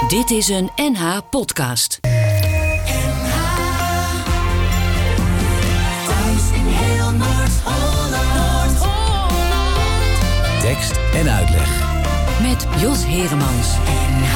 Dit is een NH podcast. NH. Thuis in heel Noord-Holland. Tekst en uitleg. Met Jos Heremans. NH.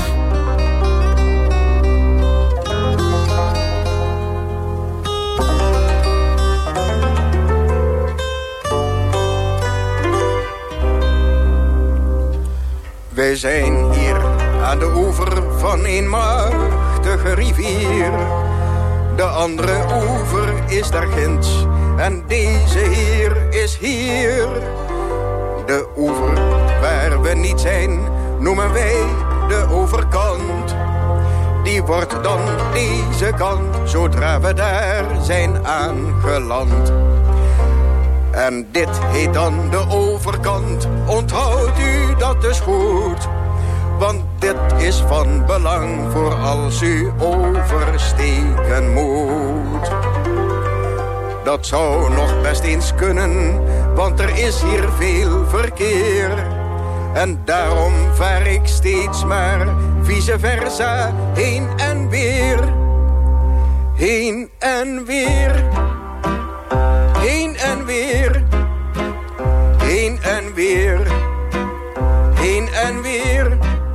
Wij zijn hier aan de oever van een machtige rivier. De andere oever is daar ginds en deze hier is hier. De oever waar we niet zijn noemen wij de overkant. Die wordt dan deze kant zodra we daar zijn aangeland. En dit heet dan de overkant, onthoudt u dat dus goed. Want dit is van belang voor als u oversteken moet. Dat zou nog best eens kunnen, want er is hier veel verkeer. En daarom vaar ik steeds maar vice versa heen en weer. Heen en weer. Heen en weer, heen en weer, heen en weer.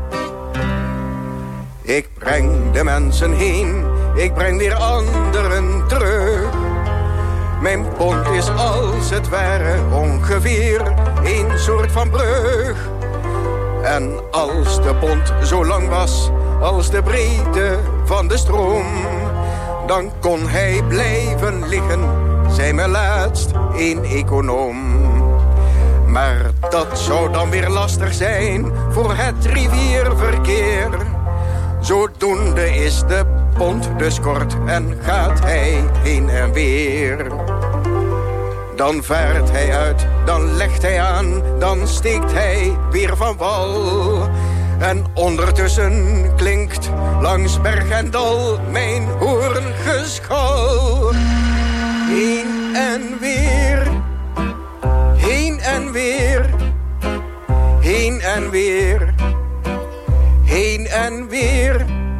Ik breng de mensen heen, ik breng weer anderen terug. Mijn pont is als het ware ongeveer een soort van brug. En als de pont zo lang was als de breedte van de stroom, dan kon hij blijven liggen, zei me laatst een econoom. Maar dat zou dan weer lastig zijn voor het rivierverkeer. Zodoende is de pont dus kort en gaat hij heen en weer. Dan vaart hij uit, dan legt hij aan, dan steekt hij weer van wal. En ondertussen klinkt langs berg en dal mijn hoorngeschal. Heen en weer, heen en weer, heen en weer, heen en weer.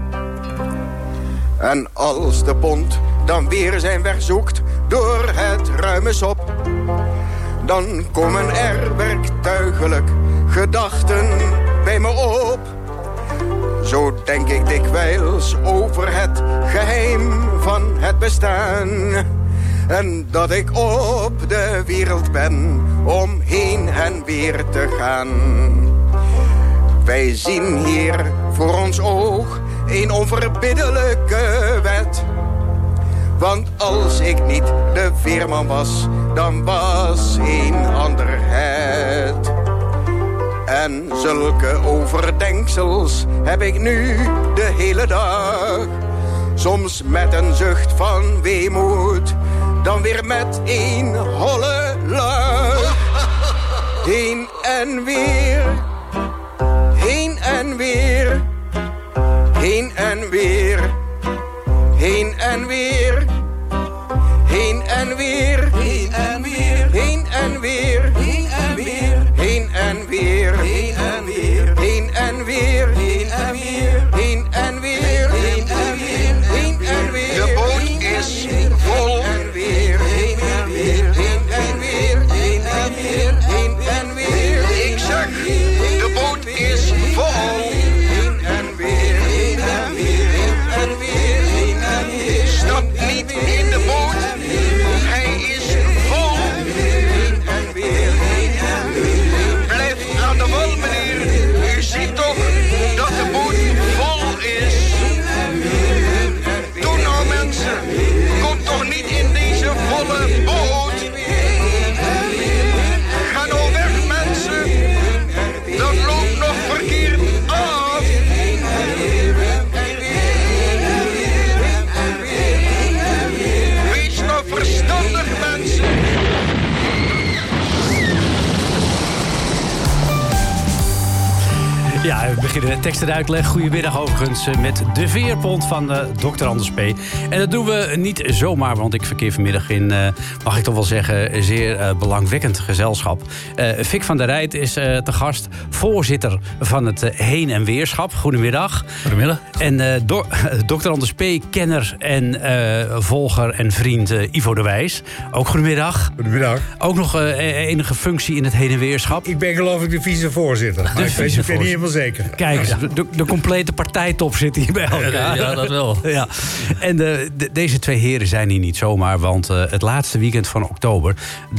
En als de pont dan weer zijn weg zoekt door het ruime sop, dan komen er werktuigelijk gedachten bij me op. Zo denk ik dikwijls over het geheim van het bestaan. En dat ik op de wereld ben om heen en weer te gaan. Wij zien hier voor ons oog een onverbiddelijke wet. Want als ik niet de veerman was, dan was een ander het. En zulke overdenksels heb ik nu de hele dag. Soms met een zucht van weemoed, dan weer met een holle lach. Heen en weer, heen en weer, heen en weer, heen en weer, heen en weer, heen en weer, heen en weer, heen en weer, heen en weer, heen en weer, heen en weer, heen en weer, heen en weer, heen en weer, heen en weer. De boot is vol en weer, heen en weer, heen en weer, heen en weer, heen en weer. Ik zeg, de boot is vol. Heen en weer, heen en weer, heen en weer, heen en weer. Stap beginnen. Tekst en uitleg. Goedemiddag overigens met de veerpont van Dr. Anders P. En dat doen we niet zomaar, want ik verkeer vanmiddag in, mag ik toch wel zeggen, zeer belangwekkend gezelschap. Fik van der Rijt is te gast, voorzitter van het Heen- en Weerschap. Goedemiddag. Goedemiddag. En Dr. Anders P, kenner en volger en vriend Ivo de Wijs. Ook goedemiddag. Goedemiddag. Ook nog enige functie in het Heen- en Weerschap. Ik ben geloof ik de vicevoorzitter. Maar ik ben niet helemaal zeker. Kijk, de complete partijtop zit hier bij elkaar. Ja, dat wel. Ja. En deze twee heren zijn hier niet zomaar, want het laatste weekend van oktober...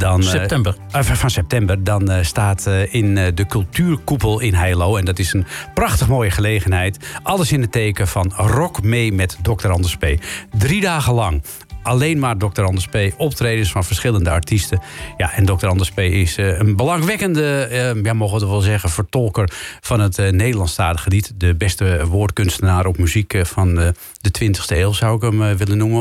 Van september, dan staat in de cultuurkoepel in Heilo... en dat is een prachtig mooie gelegenheid. Alles in het teken van rock mee met Dr. Anders P. 3 dagen lang. Alleen maar Dr. Anders P. Optredens van verschillende artiesten. Ja, en Dr. Anders P. is een belangwekkende, mogen we het wel zeggen, vertolker van het Nederlandstalige lied. De beste woordkunstenaar op muziek van de 20e eeuw, zou ik hem willen noemen.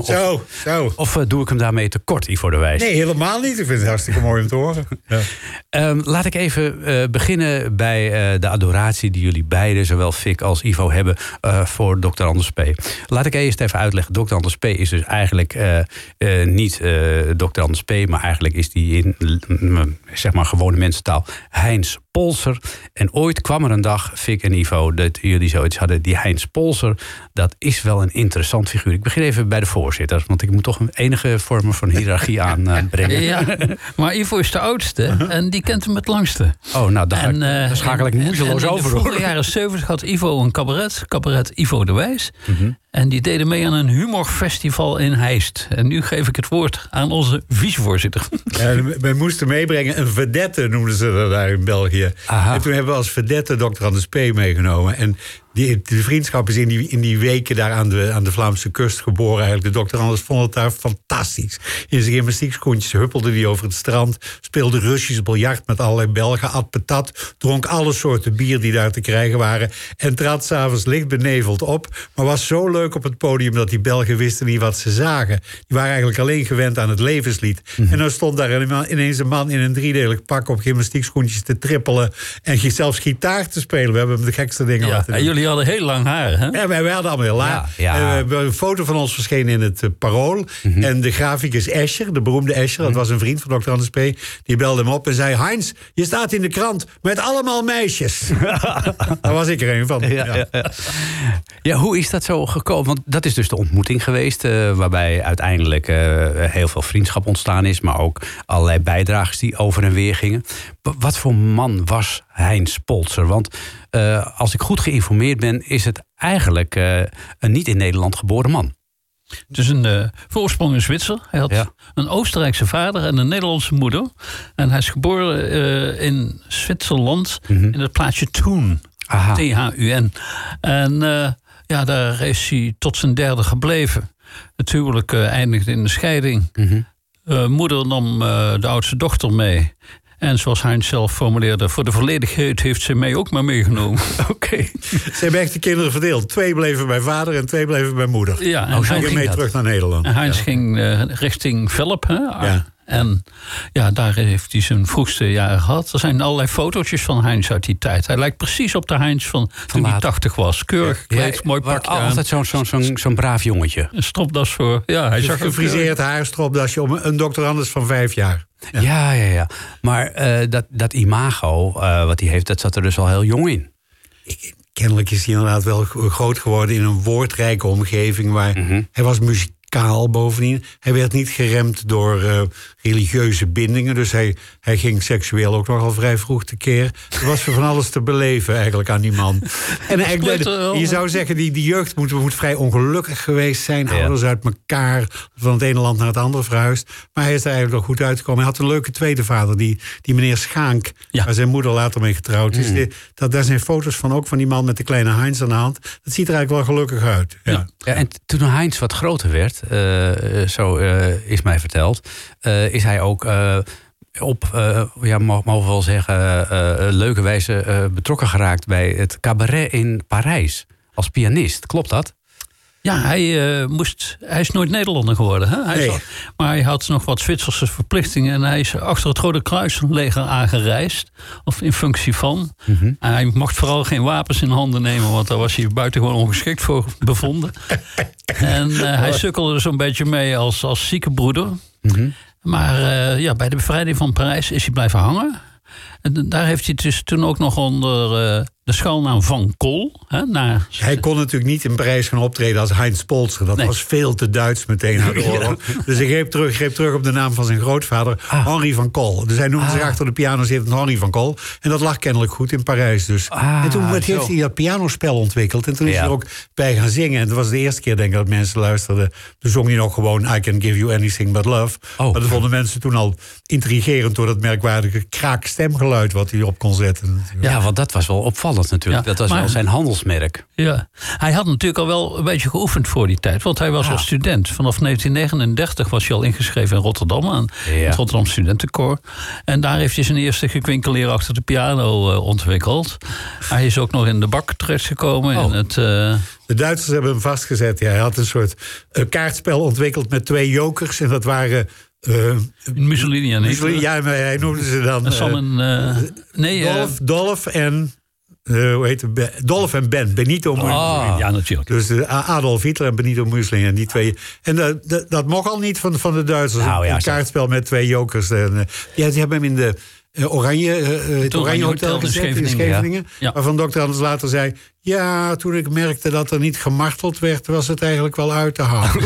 Of doe ik hem daarmee tekort, Ivo de Wijs? Nee, helemaal niet. Ik vind het hartstikke mooi om te horen. Ja. Laat ik even beginnen bij de adoratie die jullie beiden, zowel Fik als Ivo, hebben voor Dr. Anders P. Laat ik eerst even uitleggen. Dr. Anders P. is dus eigenlijk niet Dr. Anders P., maar eigenlijk is die in zeg maar gewone mensentaal Heinz Polser. En ooit kwam er een dag, Fik en Ivo, dat jullie zoiets hadden. Die Heinz Polser, dat is wel een interessant figuur. Ik begin even bij de voorzitter, want ik moet toch een enige vorm van hiërarchie aanbrengen. Ja, maar Ivo is de oudste en die kent hem het langste. Oh, nou, daar schakel ik moeiteloos over. In de vroege jaren 70 had Ivo een cabaret Ivo de Wijs. Mm-hmm. En die deden mee aan een humorfestival in Heist. En nu geef ik het woord aan onze vicevoorzitter. Ja, wij moesten meebrengen, een vedette noemden ze dat daar in België. Aha. En toen hebben we als vedette Dr. Anders P. meegenomen. En de vriendschap is in die weken daar aan de Vlaamse kust geboren. Eigenlijk. De Dr. Anders vond het daar fantastisch. In zijn gymnastiekschoentjes huppelde hij over het strand. Speelde Russisch biljart met allerlei Belgen. At patat. Dronk alle soorten bier die daar te krijgen waren. En trad 's avonds licht beneveld op. Maar was zo leuk op het podium dat die Belgen wisten niet wat ze zagen. Die waren eigenlijk alleen gewend aan het levenslied. Mm-hmm. En dan stond daar ineens een man in een 3-delig pak op gymnastiekschoentjes te trippelen. En zelfs gitaar te spelen. We hebben hem de gekste dingen laten doen. Jullie hadden heel lang haar, hè? Ja, wij hadden allemaal heel lang. Ja. Een foto van ons verscheen in het Parool. Mm-hmm. En de graficus Escher, de beroemde Escher, dat was een vriend van Dr. Anders P. Die belde hem op en zei: Heinz, je staat in de krant met allemaal meisjes. Daar was ik er een van. Ja, hoe is dat zo gekomen? Want dat is dus de ontmoeting geweest, waarbij uiteindelijk heel veel vriendschap ontstaan is, maar ook allerlei bijdragers die over en weer gingen. Wat voor man was Heinz Polser? Want als ik goed geïnformeerd ben, is het eigenlijk een niet in Nederland geboren man. Het is een voorsprong in Zwitser. Hij had een Oostenrijkse vader en een Nederlandse moeder. En hij is geboren in Zwitserland, in het plaatsje Thun. T-H-U-N. En daar is hij tot zijn 3e gebleven. Het huwelijk eindigde in de scheiding. Mm-hmm. Moeder nam de oudste dochter mee. En zoals Heinz zelf formuleerde, voor de volledigheid heeft ze mij ook maar meegenomen. Oké. Ze hebben echt de kinderen verdeeld. 2 bleven bij vader en 2 bleven bij moeder. Ja, en hij ging mee terug naar Nederland. En Heinz ging richting Velp. Hè? Ja. En daar heeft hij zijn vroegste jaren gehad. Er zijn allerlei fotootjes van Heinz uit die tijd. Hij lijkt precies op de Heinz van toen hij 80 was. Keurig gekleed, mooi pakje aan. Altijd zo'n braaf jongetje. Een stropdas voor. Ja, hij zag gefriseerd haar, stropdasje om een Dr. Anders van 5 jaar. Ja. Maar dat imago wat hij heeft, dat zat er dus al heel jong in. Kennelijk is hij inderdaad wel groot geworden in een woordrijke omgeving waar hij was muzikaal bovendien. Hij werd niet geremd door religieuze bindingen, dus hij ging seksueel ook nogal vrij vroeg tekeer. Er was van alles te beleven eigenlijk aan die man. En eigenlijk, je zou zeggen, die jeugd moet vrij ongelukkig geweest zijn. Ouders uit elkaar, van het ene land naar het andere verhuisd. Maar hij is er eigenlijk nog goed uitgekomen. Hij had een leuke tweede vader, die meneer Schaank, waar zijn moeder later mee getrouwd is. Daar zijn foto's van, ook van die man met de kleine Heinz aan de hand. Dat ziet er eigenlijk wel gelukkig uit. Ja, en toen Heinz wat groter werd, zo is mij verteld, is hij ook mogen we wel zeggen, leuke wijze betrokken geraakt bij het cabaret in Parijs als pianist. Klopt dat? Ja, hij is nooit Nederlander geworden. Hè? Maar hij had nog wat Zwitserse verplichtingen. En hij is achter het Rode Kruisleger aangereisd. Of in functie van. Mm-hmm. Hij mocht vooral geen wapens in handen nemen. Want daar was hij buitengewoon ongeschikt voor bevonden. En hij sukkelde zo'n beetje mee als ziekenbroeder. Mm-hmm. Maar bij de bevrijding van Parijs is hij blijven hangen. En daar heeft hij dus toen ook nog onder de schuilnaam Van Kol. Hij kon natuurlijk niet in Parijs gaan optreden als Heinz Polster. Dat was veel te Duits meteen na de oorlog. Dus hij greep terug op de naam van zijn grootvader, Henri van Kol. Dus hij noemde zich achter de piano zitten Henri van Kol. En dat lag kennelijk goed in Parijs dus. En toen heeft hij dat pianospel ontwikkeld. En toen is hij er ook bij gaan zingen. En dat was de eerste keer, denk ik, dat mensen luisterden. Toen zong hij nog gewoon I Can Give You Anything But Love. Maar dat vonden mensen toen al intrigerend door dat merkwaardige kraakstemgeluid wat hij op kon zetten. Ja, want dat was wel opvallend natuurlijk. Ja, dat was wel zijn handelsmerk. Ja, hij had natuurlijk al wel een beetje geoefend voor die tijd. Want hij was al student. Vanaf 1939 was hij al ingeschreven in Rotterdam aan het Rotterdam Studentenkoor. En daar heeft hij zijn eerste gekwinkeleer achter de piano ontwikkeld. Hij is ook nog in de bak terechtgekomen. De Duitsers hebben hem vastgezet. Ja, hij had een soort kaartspel ontwikkeld met 2 jokers. En dat waren... Mussolini. Ja, maar hij noemde ze dan... Dolf en... hoe heet het? Dolf en Ben. Benito Mussolini. Ja, natuurlijk. Dus Adolf Hitler en Benito Mussolini. En die twee. En dat mocht al niet van de Duitsers. Een kaartspel met 2 jokers. En, die hebben hem in de... het Oranje Hotel gezet in Scheveningen. Ja. Waarvan dokter Anders later zei... Ja, toen ik merkte dat er niet gemarteld werd... was het eigenlijk wel uit te houden.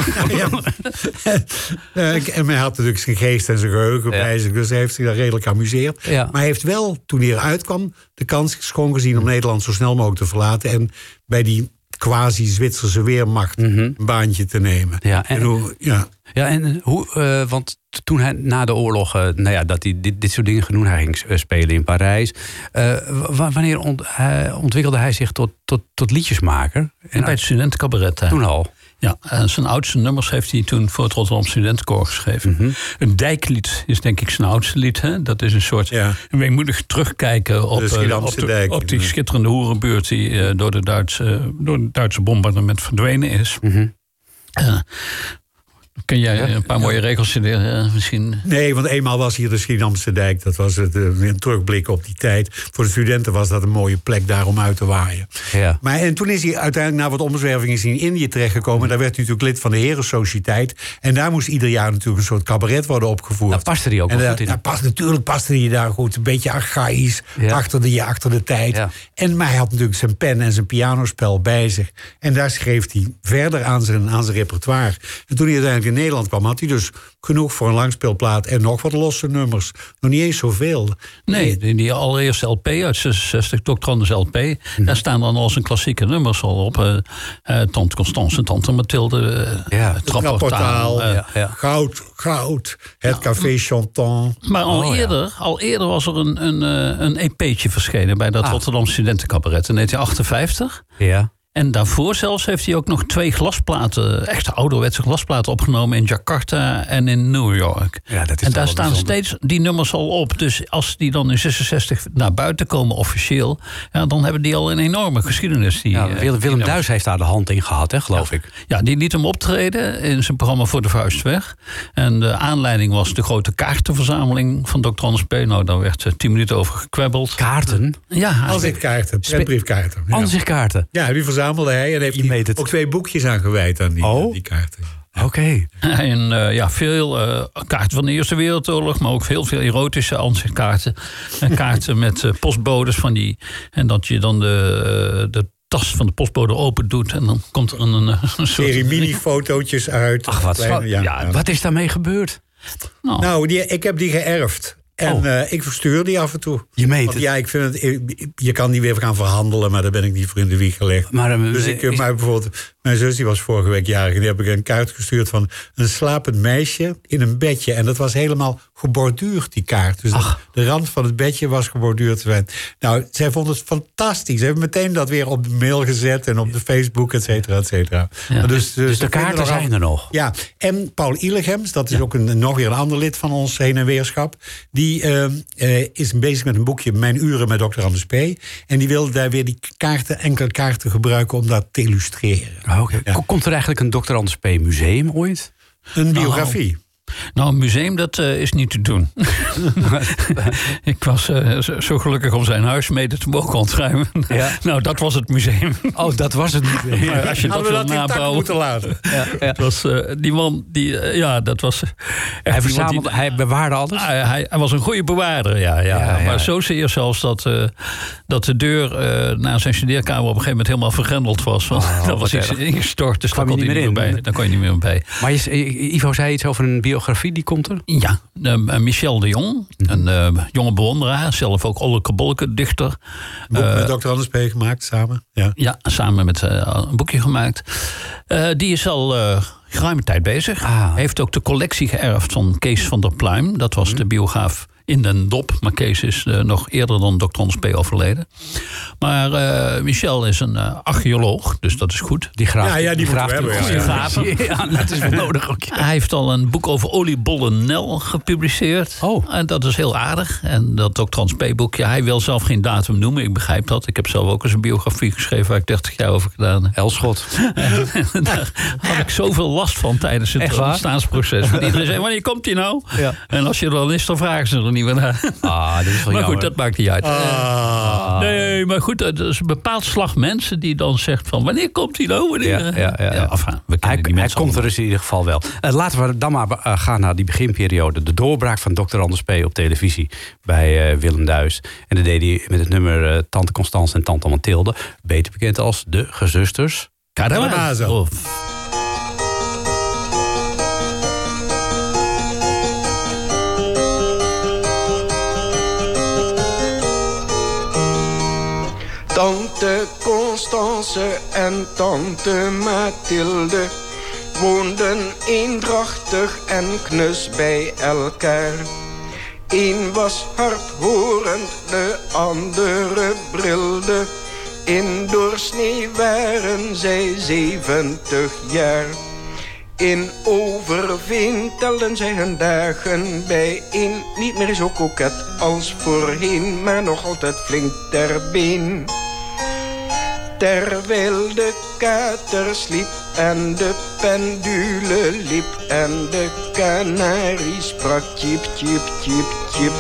En hij had natuurlijk zijn geest en zijn geheugen bij zich... dus hij heeft zich daar redelijk geamuseerd. Ja. Maar hij heeft wel, toen hij eruit kwam... de kans schoon gezien om Nederland zo snel mogelijk te verlaten... en bij die quasi-Zwitserse Weermacht een baantje te nemen. Ja, en hoe, want toen hij na de oorlog, dat hij dit soort dingen genoemd, hij ging spelen in Parijs. Wanneer ontwikkelde hij zich tot liedjesmaker? En bij het studentencabaret. Toen al? Ja, zijn oudste nummers heeft hij toen voor het Rotterdam Studentenkoor geschreven. Mm-hmm. Een dijklied is denk ik zijn oudste lied. Hè? Dat is een soort weemoedig terugkijken op die schitterende hoerenbuurt... die door het Duitse bombardement verdwenen is. Mm-hmm. Kun jij een paar mooie regels citeren misschien? Nee, want eenmaal was hier de Schiedamse dijk. Dat was een terugblik op die tijd. Voor de studenten was dat een mooie plek daar om uit te waaien. Ja. En toen is hij uiteindelijk na wat omzwervingen in Indië terechtgekomen. Daar werd hij natuurlijk lid van de Herensociëteit. En daar moest ieder jaar natuurlijk een soort cabaret worden opgevoerd. Daar paste hij ook wel goed in. Natuurlijk paste hij daar goed. Een beetje archaïs, achter de tijd. Ja. Maar hij had natuurlijk zijn pen en zijn pianospel bij zich. En daar schreef hij verder aan zijn repertoire. En toen hij uiteindelijk in Nederland kwam, had hij dus genoeg voor een langspeelplaat en nog wat losse nummers. Nog niet eens zoveel. Nee, die allereerste LP uit 66, Dr. Anders LP, daar staan dan al zijn klassieke nummers al op. Tante Constance, Tante Mathilde, Trapportaal, Goud, het Café Chantant. Maar al eerder was er een EP'tje verschenen bij dat Rotterdam Studentencabaret in 1958. Ja. En daarvoor zelfs heeft hij ook nog 2 glasplaten, echte ouderwetse glasplaten opgenomen in Jakarta en in New York. Ja, dat is en daar staan steeds die nummers al op. Dus als die dan in 66 naar buiten komen officieel, dan hebben die al een enorme geschiedenis. Willem Duis heeft daar de hand in gehad, hè, geloof ik. Ja, die liet hem optreden in zijn programma Voor de Vuist Weg. En de aanleiding was de grote kaartenverzameling van Dr. Anders P. Nou, daar werd 10 minuten over gekwebbeld. Kaarten? Ja. Aanzichtkaarten, prentbriefkaarten. Aanzichtkaarten? Ja, die verzamelde hij en heeft hij ook 2 boekjes aan gewijd aan die kaarten. Ja. Oké. En veel kaarten van de Eerste Wereldoorlog, maar ook heel veel erotische aanzichtkaarten. Kaarten met postbodes van die. En dat je dan de tas van de postbode open doet en dan komt er een soort serie mini-fotootjes uit. Ach, wat is daarmee gebeurd? Nou, ik heb die geërfd. En ik verstuur die af en toe. Je meent het? Ja, ik vind het. Je kan die weer gaan verhandelen, maar daar ben ik niet voor in de wieg gelegd. Maar bijvoorbeeld, mijn zus die was vorige week jarig en die heb ik een kaart gestuurd van een slapend meisje in een bedje. En dat was helemaal geborduurd, die kaart. Dus de rand van het bedje was geborduurd. Nou, zij vond het fantastisch. Ze hebben meteen dat weer op de mail gezet en op de Facebook, et cetera, et cetera. Ja. Dus de kaarten zijn er nog. Ja, en Paul Ilegems, dat is ook nog weer een ander lid van ons heen en weerschap. Die die is bezig met een boekje Mijn Uren met Dr. Anders P. En die wil daar weer die enkele kaarten gebruiken om dat te illustreren. Okay. Ja. Komt er eigenlijk een Dr. Anders P. museum ooit? Een biografie? Nou, een museum, dat is niet te doen. Ik was zo gelukkig om zijn huis mede te mogen ontruimen. Ja. Nou, dat was het museum. Oh, dat was het museum. Maar als je dat wil nabouwen... moeten laten. Ja. Was, die man, dat was... Hij verzamelde, hij bewaarde alles? Hij was een goede bewaarder, ja. Maar zozeer zelfs dat de deur naar zijn studeerkamer... op een gegeven moment helemaal vergrendeld was. Dat was iets ingestort, dus daar kon je niet meer bij. Maar Ivo zei iets over een biografie, die komt er? Ja, Michel de Jong, een jonge bewonderaar. Zelf ook Olleke dichter. Boek met Dr. Anders P. gemaakt, samen? Ja, samen met een boekje gemaakt. Die is al geruime tijd bezig. Heeft ook de collectie geërfd van Kees van der Pluim. Dat was de biograaf in den dop. Maar Kees is nog eerder dan Dr. Anders P. overleden. Maar Michel is een archeoloog, dus dat is goed. Die graaft. Ja, die graaft goede graven. Ja, dat is wel nodig ook. Ja. Hij heeft al een boek over oliebollen Nel gepubliceerd. Oh. En dat is heel aardig. En dat Dr. Anders P. boekje, hij wil zelf geen datum noemen. Ik begrijp dat. Ik heb zelf ook eens een biografie geschreven waar ik 30 jaar over gedaan heb. Elschot. Daar had ik zoveel last van tijdens het ontstaansproces. Want iedereen zei, wanneer komt hij nou? Ja. En als je er dan is, dan vragen ze er niet meer naar. Dat is wel maar jammer. goed, dat maakt niet uit. Nee, maar goed, er is een bepaald slag mensen die dan zegt van... wanneer komt hij nou? Wanneer? Hij komt er dus in ieder geval wel. Laten we dan maar gaan naar die beginperiode. De doorbraak van Dr. Anders P. op televisie bij Willem Duis. En dat deed hij met het nummer Tante Constance en Tante Mathilde. Beter bekend als de gezusters Karamazov. Tante Constance en tante Mathilde woonden eendrachtig en knus bij elkaar. Eén was hardhorend, de andere brilde. In doorsnee waren zij 70 jaar. In Overveen telden zij hun dagen bijeen. Niet meer zo koket als voorheen, maar nog altijd flink ter been. Terwijl de kater sliep en de pendule liep en de kanarie sprak tjip, tjip, tjip, tjip.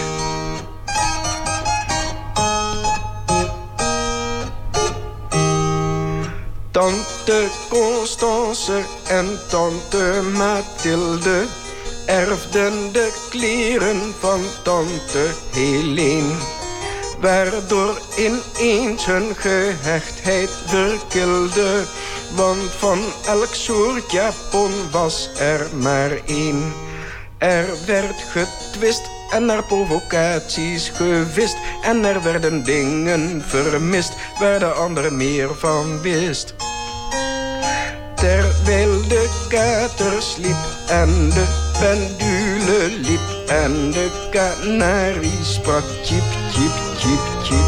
Tante Constance en tante Mathilde erfden de kleren van tante Helene, waardoor ineens hun gehechtheid verkilde. Want van elk soort japon was er maar één. Er werd getwist en naar provocaties gevist. En er werden dingen vermist waar de ander meer van wist. Terwijl de kater sliep en de pendule liep en de kanarie sprak tjip, tjip, tjip, tjip.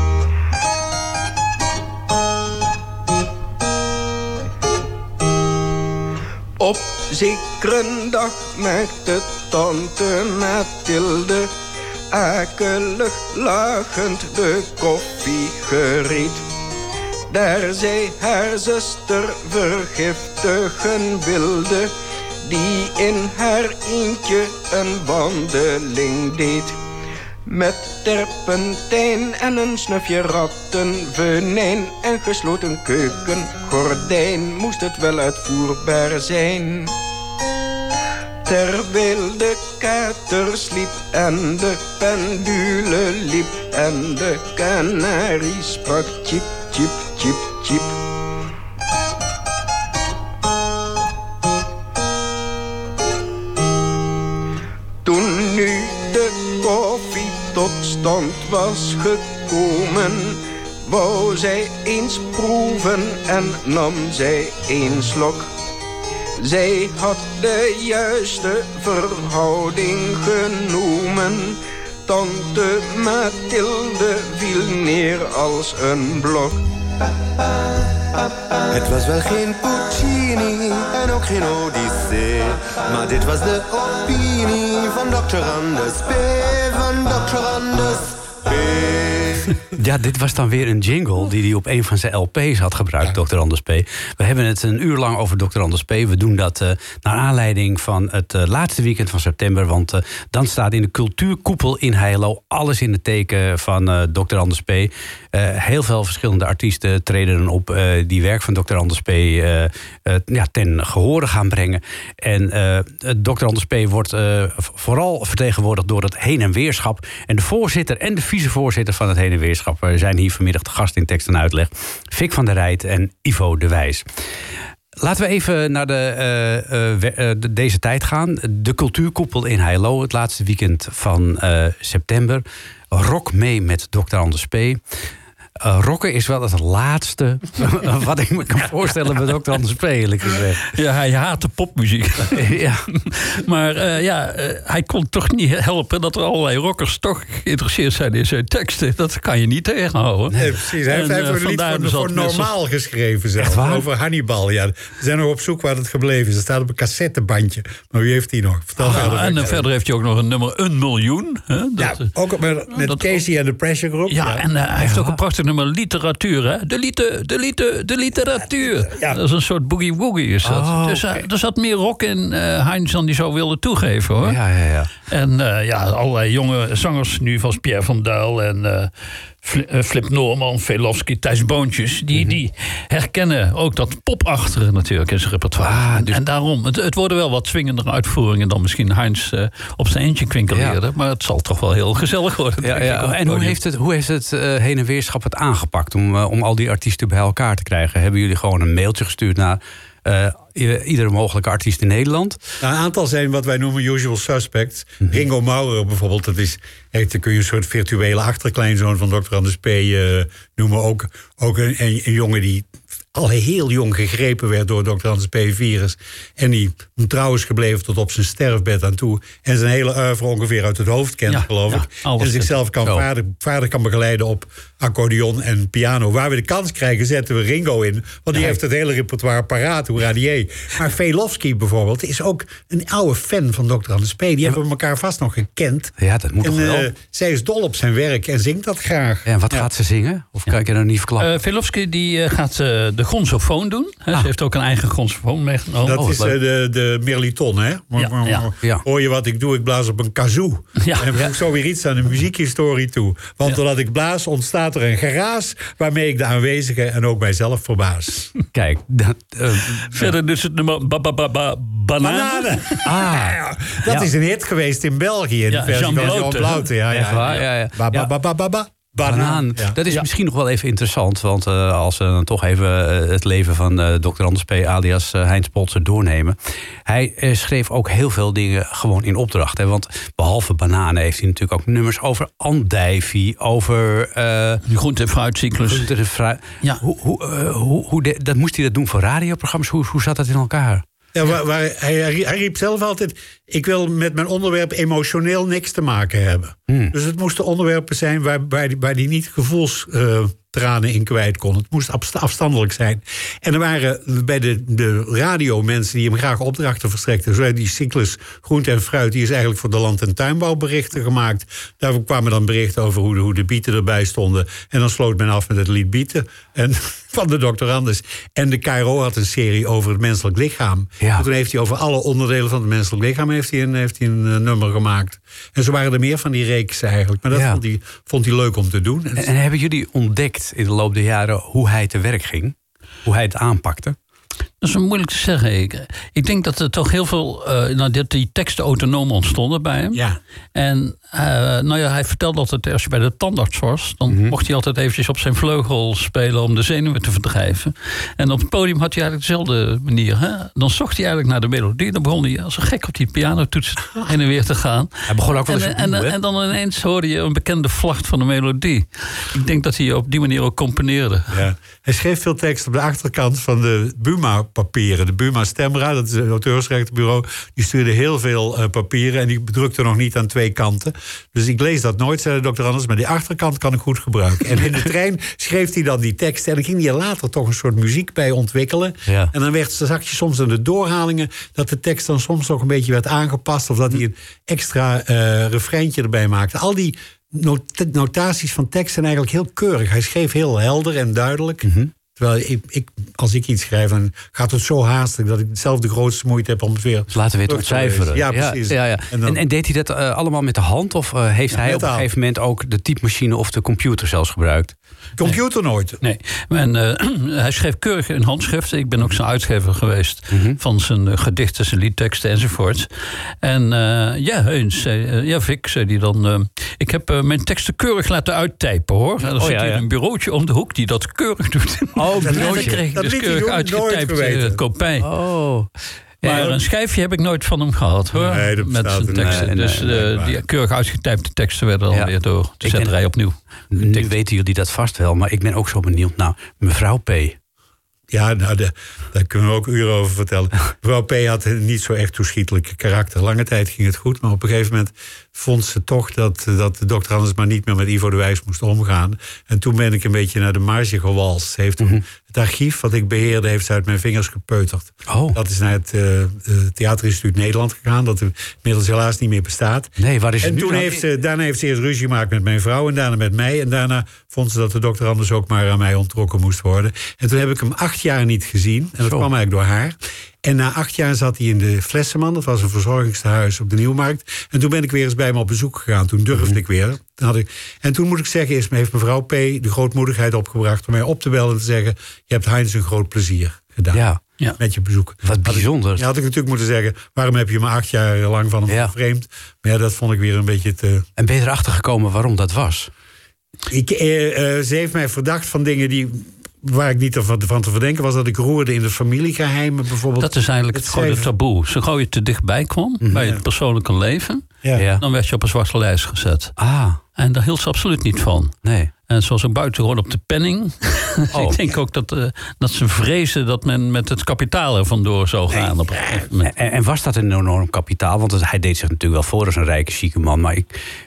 Op zekere dag maakte tante Mathilde akelig lachend de koffie gereed. Daar zij haar zuster vergiftigen wilde, die in haar eentje een wandeling deed. Met terpentijn en een snufje rattenvenijn en gesloten keukengordijn moest het wel uitvoerbaar zijn. Terwijl de kater sliep en de pendule liep en de kanarie sprak tjip, tjip, tjip, tjip. Toen nu de koffie tot stand was gekomen, wou zij eens proeven en nam zij een slok. Zij had de juiste verhouding genomen. Tante Mathilde viel neer als een blok. Het was wel geen poets, Puccini en ook geen Odyssee. Maar dit was de opinie van Dr. Anders P. Van Dr. Anders P. Ja, dit was dan weer een jingle die hij op een van zijn LP's had gebruikt, Dr. Anders P. We hebben het een uur lang over Dr. Anders P. We doen dat naar aanleiding van het laatste weekend van september. Want dan staat in de cultuurkoepel in Heilo alles in het teken van Dr. Anders P. Heel veel verschillende artiesten treden dan op die werk van Dr. Anders P. Ten gehore gaan brengen. En Dr. Anders P. wordt vooral vertegenwoordigd door het heen- en weerschap. En de voorzitter en de vicevoorzitter van het heen- en weerschap zijn hier vanmiddag te gast in tekst en uitleg. Fik van der Rijt en Ivo de Wijs. Laten we even naar deze tijd gaan. De cultuurkoepel in Heilo, het laatste weekend van september. Rock mee met Dr. Anders P. Rocken is wel het laatste wat ik me kan voorstellen bij Dr. Anders P, eerlijk gezegd. Ja, hij haat de popmuziek. Ja. Maar hij kon toch niet helpen dat er allerlei rockers toch geïnteresseerd zijn in zijn teksten. Dat kan je niet tegenhouden. Nee, precies. Hij heeft een lied voor normaal geschreven zelf. Over Hannibal. Ja. We zijn nog op zoek waar het gebleven is. Het staat op een cassettebandje. Maar wie heeft die nog? Vertel verder. En verder heeft hij ook nog een nummer 1 miljoen. Hè? Ook met Casey en de Pressure Group. Ja, en hij heeft ook een prachtig nummer literatuur. Hè? De literatuur. Ja. Dat is een soort boogie-woogie is dat. Dus er zat meer rock in Heinz dan die zou willen toegeven, hoor. Ja. En allerlei jonge zangers nu, zoals Pierre van Duil en Flip Noorman, Velofsky, Thijs Boontjes, die herkennen ook dat popachtige natuurlijk in zijn repertoire. En daarom, het worden wel wat zwingendere uitvoeringen dan misschien Heinz op zijn eentje kwinkeleerde. Ja. Maar het zal toch wel heel gezellig worden. En hoe heeft het heen- en weerschap het aangepakt om al die artiesten bij elkaar te krijgen? Hebben jullie gewoon een mailtje gestuurd naar iedere mogelijke artiest in Nederland? Nou, een aantal zijn wat wij noemen usual suspects. Ringo Maurer bijvoorbeeld, dan kun je een soort virtuele achterkleinzoon van Dr. Anders P. Noemen. Ook een jongen die al heel jong gegrepen werd door Dr. Anders P-virus. En die trouw is gebleven tot op zijn sterfbed aan toe. En zijn hele oeuvre ongeveer uit het hoofd kent, geloof ik. En zichzelf vaardig kan begeleiden op accordeon en piano. Waar we de kans krijgen, zetten we Ringo in. Want die heeft het hele repertoire paraat, hoe radier. Maar Velofsky bijvoorbeeld is ook een oude fan van Dr. Anders P. Die hebben we elkaar vast nog gekend. Ja, dat moet toch wel. Zij is dol op zijn werk en zingt dat graag. En wat gaat ze zingen? Of kan ik je dat niet verklappen? Velofsky die gaat de gonzofoon doen. Ze heeft ook een eigen gonzofoon meegenomen. Dat is de Merliton, hè? Ja. Hoor je wat ik doe? Ik blaas op een kazoo. Ja. En voeg zo weer iets aan de muziekhistorie toe. Want doordat ik blaas, ontstaat er een geraas waarmee ik de aanwezigen en ook mijzelf verbaas. Kijk. Verder dus het nummer Bananen. Dat is een hit geweest in België. In de versie van Jean Bloute. Ja. Banaan. Ja. Dat is misschien nog wel even interessant. Want als we dan toch even het leven van Dr. Anders P. alias Heinz Polzer doornemen. Hij schreef ook heel veel dingen gewoon in opdracht. Hè? Want behalve bananen heeft hij natuurlijk ook nummers over andijvie. Over de groente- en fruitcyclus. Ja. Dat moest hij dat doen voor radioprogramma's? Hoe zat dat in elkaar? Ja, hij riep zelf altijd, ik wil met mijn onderwerp emotioneel niks te maken hebben. Dus het moesten onderwerpen zijn waar hij niet gevoelstranen in kwijt kon. Het moest afstandelijk zijn. En er waren bij de radiomensen die hem graag opdrachten verstrekten. Zo die cyclus groente en fruit, die is eigenlijk voor de land- en tuinbouwberichten gemaakt. Daar kwamen dan berichten over hoe de bieten erbij stonden. En dan sloot men af met het lied Bieten. En van de Dr. Anders. En de KRO had een serie over het menselijk lichaam. Ja. En toen heeft hij over alle onderdelen van het menselijk lichaam heeft hij een nummer gemaakt. En zo waren er meer van die reeksen eigenlijk. Maar dat vond hij leuk om te doen. En hebben jullie ontdekt in de loop der jaren hoe hij te werk ging? Hoe hij het aanpakte? Dat is moeilijk te zeggen. Ik denk dat er toch heel veel dat die teksten autonoom ontstonden bij hem. Ja. En hij vertelde altijd, als je bij de tandarts was, dan mocht hij altijd eventjes op zijn vleugel spelen om de zenuwen te verdrijven. En op het podium had hij eigenlijk dezelfde manier. Hè? Dan zocht hij eigenlijk naar de melodie. Dan begon hij als een gek op die pianotoets heen en weer te gaan. Hij begon ook wel eens en dan ineens hoorde je een bekende vlacht van de melodie. Ik denk dat hij op die manier ook componeerde. Ja. Hij schreef veel tekst op de achterkant van de Buma papieren. De Buma Stemra, dat is het auteursrechtenbureau, die stuurde heel veel papieren en die bedrukte nog niet aan 2 kanten. Dus ik lees dat nooit, zei de dokter Anders, maar die achterkant kan ik goed gebruiken. En in de trein schreef hij dan die teksten en dan ging hij er later toch een soort muziek bij ontwikkelen. Ja. En dan zag je soms aan de doorhalingen dat de tekst dan soms nog een beetje werd aangepast of dat hij een extra refreintje erbij maakte. Al die notaties van tekst zijn eigenlijk heel keurig. Hij schreef heel helder en duidelijk. Terwijl als ik iets schrijf, dan gaat het zo haastig dat ik zelf de grootste moeite heb om het weer... Dus laten we het ontcijferen. Ja, precies. Ja. En deed hij dat allemaal met de hand? Of heeft hij op een gegeven moment ook de typemachine of de computer zelfs gebruikt? Computer nooit. Nee. En, hij schreef keurig in handschrift. Ik ben ook zijn uitgever geweest van zijn gedichten, zijn liedteksten enzovoort. En Vic, zei hij dan... ik heb mijn teksten keurig laten uittypen, hoor. En dan zit hier een bureautje om de hoek die dat keurig doet. Oh, dat kreeg ik dus keurig uitgetypt kopij. Oh. Maar een schijfje heb ik nooit van hem gehad, hoor. Nee, dat met zijn teksten. Die keurig uitgetypte teksten werden dan weer door de zetterij opnieuw. Nu weten jullie dat vast wel, maar ik ben ook zo benieuwd. Nou, mevrouw P. Ja, nou, daar kunnen we ook uren over vertellen. Mevrouw P. had niet zo echt toeschietelijk karakter. Lange tijd ging het goed, maar op een gegeven moment vond ze toch dat de dokter Anders maar niet meer met Ivo de Wijs moest omgaan. En toen ben ik een beetje naar de marge gewalst. Ze heeft het archief wat ik beheerde, heeft ze uit mijn vingers gepeuterd. Oh. Dat is naar het Theaterinstituut Nederland gegaan, dat inmiddels helaas niet meer bestaat. Nee, waar is het en nu? Toen daarna heeft ze eerst ruzie gemaakt met mijn vrouw en daarna met mij. En daarna vond ze dat de dokter Anders ook maar aan mij onttrokken moest worden. En toen heb ik hem 8 jaar niet gezien. En dat kwam eigenlijk door haar. En na 8 jaar zat hij in de Flessenman. Dat was een verzorgingstehuis op de Nieuwmarkt. En toen ben ik weer eens bij hem op bezoek gegaan. Toen durfde ik weer. En toen moet ik zeggen, heeft mevrouw P. de grootmoedigheid opgebracht om mij op te bellen en te zeggen: je hebt Heinz een groot plezier gedaan. Ja. Met je bezoek. Wat bijzonder. Had ik natuurlijk moeten zeggen: waarom heb je me 8 jaar lang van hem vervreemd? Maar ja, dat vond ik weer een beetje te... En ben je erachter gekomen waarom dat was? Ze heeft mij verdacht van dingen waar ik niet van te verdenken was, dat ik roerde in de familiegeheimen bijvoorbeeld. Dat is eigenlijk het grote taboe. Zo gauw je te dichtbij kwam bij het persoonlijke leven, dan werd je op een zwarte lijst gezet. En daar hield ze absoluut niet van. Nee. En zoals een buitengewoon op de penning. Ik denk ook dat ze vrezen dat men met het kapitaal er vandoor zou gaan. En was dat een enorm kapitaal? Want hij deed zich natuurlijk wel voor als een rijke, chique man. Maar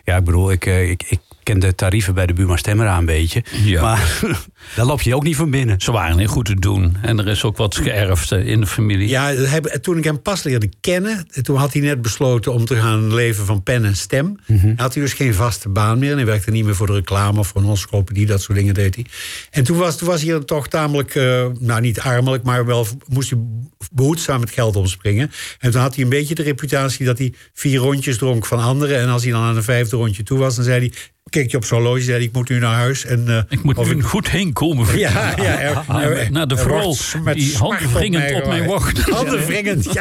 ik ken de tarieven bij de Buma Stemra een beetje. Ja. Maar daar loop je ook niet van binnen. Ze waren heel goed te doen. En er is ook wat geërfd in de familie. Ja, toen ik hem pas leerde kennen, toen had hij net besloten om te gaan leven van pen en stem. Had hij dus geen vaste baan meer. En hij werkte niet meer voor de reclame of voor een encyclopedie, dat soort dingen deed hij. En toen was hij toch tamelijk, niet armelijk, maar wel moest hij behoedzaam met geld omspringen. En toen had hij een beetje de reputatie dat hij 4 rondjes dronk van anderen. En als hij dan aan een 5e rondje toe was, dan zei hij: keek je op zo'n horloge, zei ik moet nu naar huis. En, ik moet nu goed heen komen. Naar de vrouw die handwringend op mij wacht. Handwringend,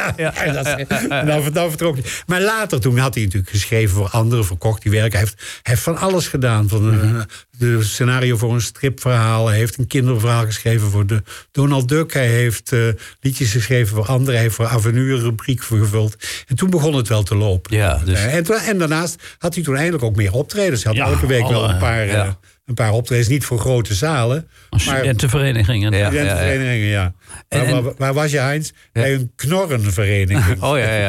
dan vertrok hij. Maar later, toen had hij natuurlijk geschreven voor anderen, verkocht die werk. Hij heeft van alles gedaan. Van de scenario voor een stripverhaal. Hij heeft een kinderverhaal geschreven voor de Donald Duck. Hij heeft liedjes geschreven voor anderen. Hij heeft voor Avenue een rubriek gevuld. En toen begon het wel te lopen. Ja, dus... en daarnaast had hij toen eindelijk ook meer optredens. Hij had elke week wel een paar optredens. Niet voor grote zalen. Studentenverenigingen. Ja. Waar was je, Heinz? Bij een knorrenvereniging.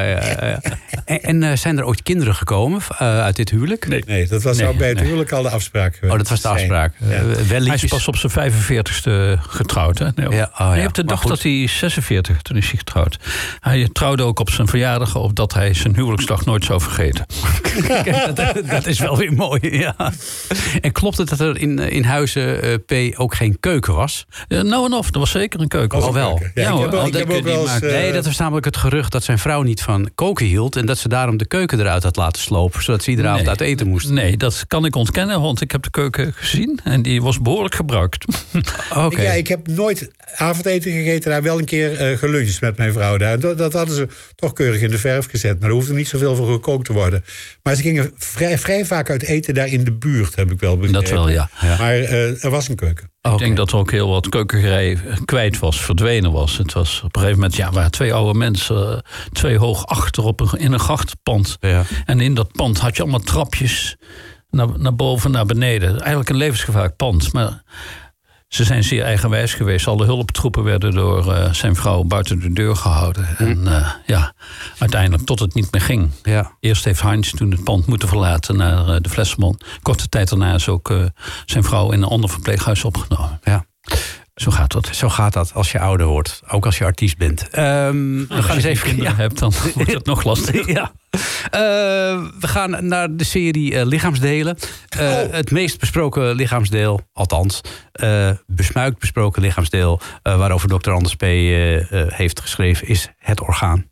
En zijn er ooit kinderen gekomen uit dit huwelijk? Nee, dat was bij het huwelijk al de afspraak geweest. Dat was de afspraak. Hij is pas op zijn 45ste getrouwd. Hè? Je hebt de dag dat hij 46, toen is hij getrouwd. Hij trouwde ook op zijn verjaardag, opdat hij zijn huwelijksdag nooit zou vergeten. Dat is wel weer mooi, ja. En klopt het dat er in huizen P ook geen keuken was? Nou en of, er was zeker een keuken. Oh, wel. Ik heb ook wel eens... Nee, dat was namelijk het gerucht dat zijn vrouw niet van koken hield en dat ze daarom de keuken eruit had laten slopen, zodat ze iedere avond uit eten moest. Nee, dat kan ik ontkennen, want ik heb de keuken gezien en die was behoorlijk gebruikt. Okay. Ik heb nooit avondeten gegeten, daar wel een keer geluncht met mijn vrouw daar. Dat hadden ze toch keurig in de verf gezet, maar er hoefde niet zoveel voor gekookt te worden. Maar ze gingen vrij vaak uit eten daar in de buurt, heb ik wel begrepen. Dat wel, ja. Maar er was een keuken. Ik denk dat er ook heel wat keukengerei kwijt was, verdwenen was. Het was op een gegeven moment, waren 2 oude mensen, 2 hoog achter in een grachtenpand. Ja. En in dat pand had je allemaal trapjes naar boven, naar beneden. Eigenlijk een levensgevaarlijk pand. Maar Ze zijn zeer eigenwijs geweest. Alle hulptroepen werden door zijn vrouw buiten de deur gehouden. En uiteindelijk tot het niet meer ging. Ja. Eerst heeft Heinz toen het pand moeten verlaten naar de Flesselman. Korte tijd daarna is ook zijn vrouw in een ander verpleeghuis opgenomen. Ja. Zo gaat dat. Zo gaat dat als je ouder wordt. Ook als je artiest bent. We gaan eens even kinderen hebt, dan wordt het nog lastiger. Ja. We gaan naar de serie lichaamsdelen. Het meest besproken lichaamsdeel, althans besmuikt besproken lichaamsdeel, waarover Dr. Anders P. heeft geschreven, is het orgaan.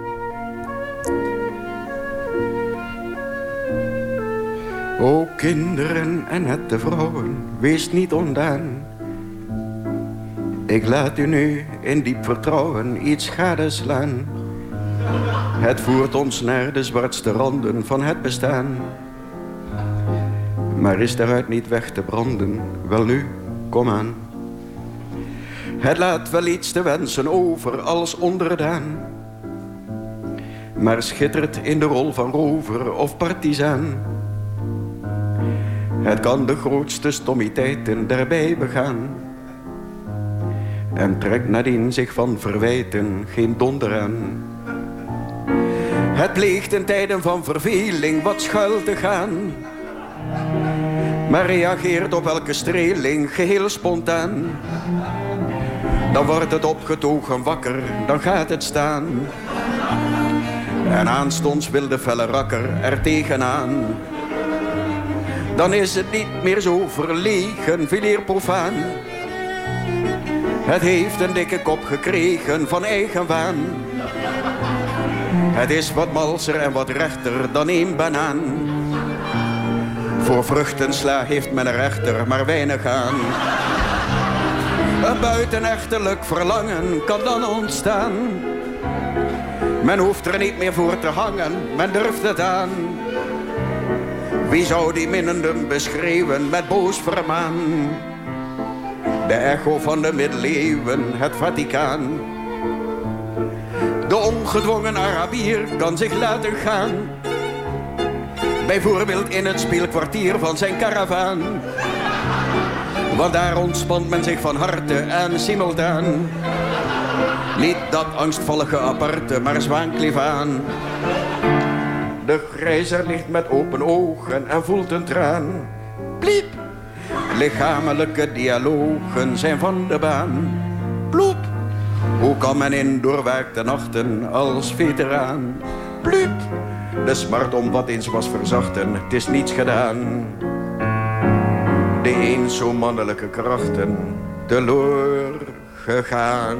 O kinderen en nette vrouwen, wees niet ondaan. Ik laat u nu in diep vertrouwen iets gadeslaan. Het voert ons naar de zwartste randen van het bestaan. Maar is daaruit niet weg te branden, wel nu, kom aan. Het laat wel iets te wensen over als onderdaan. Maar schittert in de rol van rover of partizaan. Het kan de grootste stommiteiten daarbij begaan. En trekt nadien zich van verwijten geen donder aan. Het pleegt in tijden van verveling wat schuil te gaan. Maar reageert op elke streling geheel spontaan. Dan wordt het opgetogen wakker, dan gaat het staan. En aanstonds wil de felle rakker er tegenaan. Dan is het niet meer zo verlegen, veel eer profaan. Het heeft een dikke kop gekregen van eigen waan. Het is wat malser en wat rechter dan één banaan. Voor vruchtensla heeft men er echter maar weinig aan. Een buitenechtelijk verlangen kan dan ontstaan. Men hoeft er niet meer voor te hangen, men durft het aan. Wie zou die minnenden beschreeuwen met boos vermaan? De echo van de middeleeuwen, het Vaticaan. De ongedwongen Arabier kan zich laten gaan. Bijvoorbeeld in het speelkwartier van zijn karavaan. Want daar ontspant men zich van harte en simultaan. Niet dat angstvallige aparte, maar zwaankleef aan. De grijzer ligt met open ogen en voelt een traan. Pliep! Lichamelijke dialogen zijn van de baan. Ploep! Hoe kan men in doorwaakte nachten als veteraan? Plup! De smart om wat eens was verzachten, het is niets gedaan. De eens zo mannelijke krachten teloor gegaan.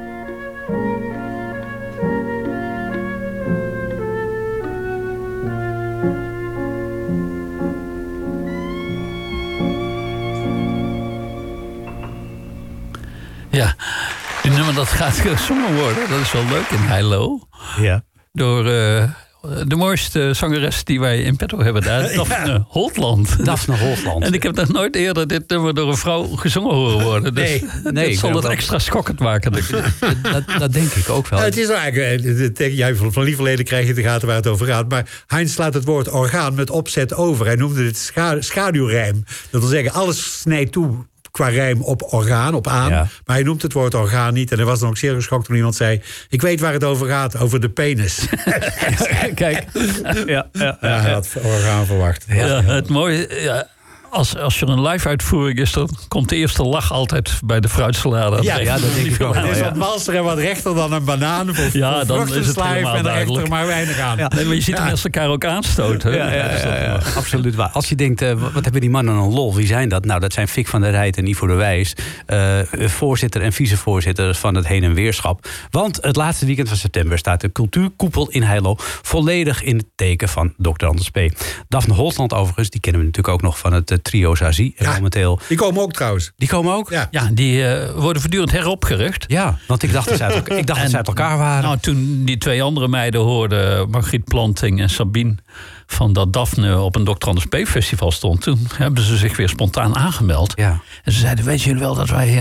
Ja, dit nummer dat gaat gezongen worden. Dat is wel leuk in Heilo. Ja. Door de mooiste zangeres die wij in petto hebben daar, Daphne Holtland. Daphne Holtland. En ik heb nog nooit eerder dit nummer door een vrouw gezongen horen worden. Dus nee, dat zal het extra schokkend maken. Dat denk ik ook wel. Het is eigenlijk, van lieverleden krijg je de gaten waar het over gaat. Maar Heinz slaat het woord orgaan met opzet over. Hij noemde het schaduwrijm. Dat wil zeggen, alles snijdt toe qua rijm op orgaan, op aan. Ja. Maar hij noemt het woord orgaan niet. En hij was dan ook zeer geschokt toen iemand zei, ik weet waar het over gaat, over de penis. Kijk. Hij had orgaan verwacht. Ja, het mooie... Ja. Als er een live uitvoering is, dan komt de eerste lach altijd bij de fruitsalade. Ja, dat denk ik ook. Het is wat malser en wat rechter dan een banaan. Of dan is het helemaal en duidelijk. er maar weinig aan. Ja. Nee, maar je ziet hem met elkaar ook aanstoten. Ja, absoluut waar. Als je denkt, wat hebben die mannen een lol? Wie zijn dat? Nou, dat zijn Fik van der Rijt en Ivo de Wijs. Voorzitter en vicevoorzitter van het Heen- en Weerschap. Want het laatste weekend van september staat de cultuurkoepel in Heilo volledig in het teken van Dr. Anders P. Daphne Holtland overigens, die kennen we natuurlijk ook nog van het trio Zazie. Ja, momenteel. Die komen ook trouwens. Die komen ook? Ja, die worden voortdurend heropgericht. Ja, want ik dacht dat ze uit elkaar waren. Nou, toen die twee andere meiden hoorden, Margriet Planting en Sabine, van dat Daphne op een Dr. Anders P. festival stond, toen hebben ze zich weer spontaan aangemeld. Ja. En ze zeiden, weet jullie wel dat wij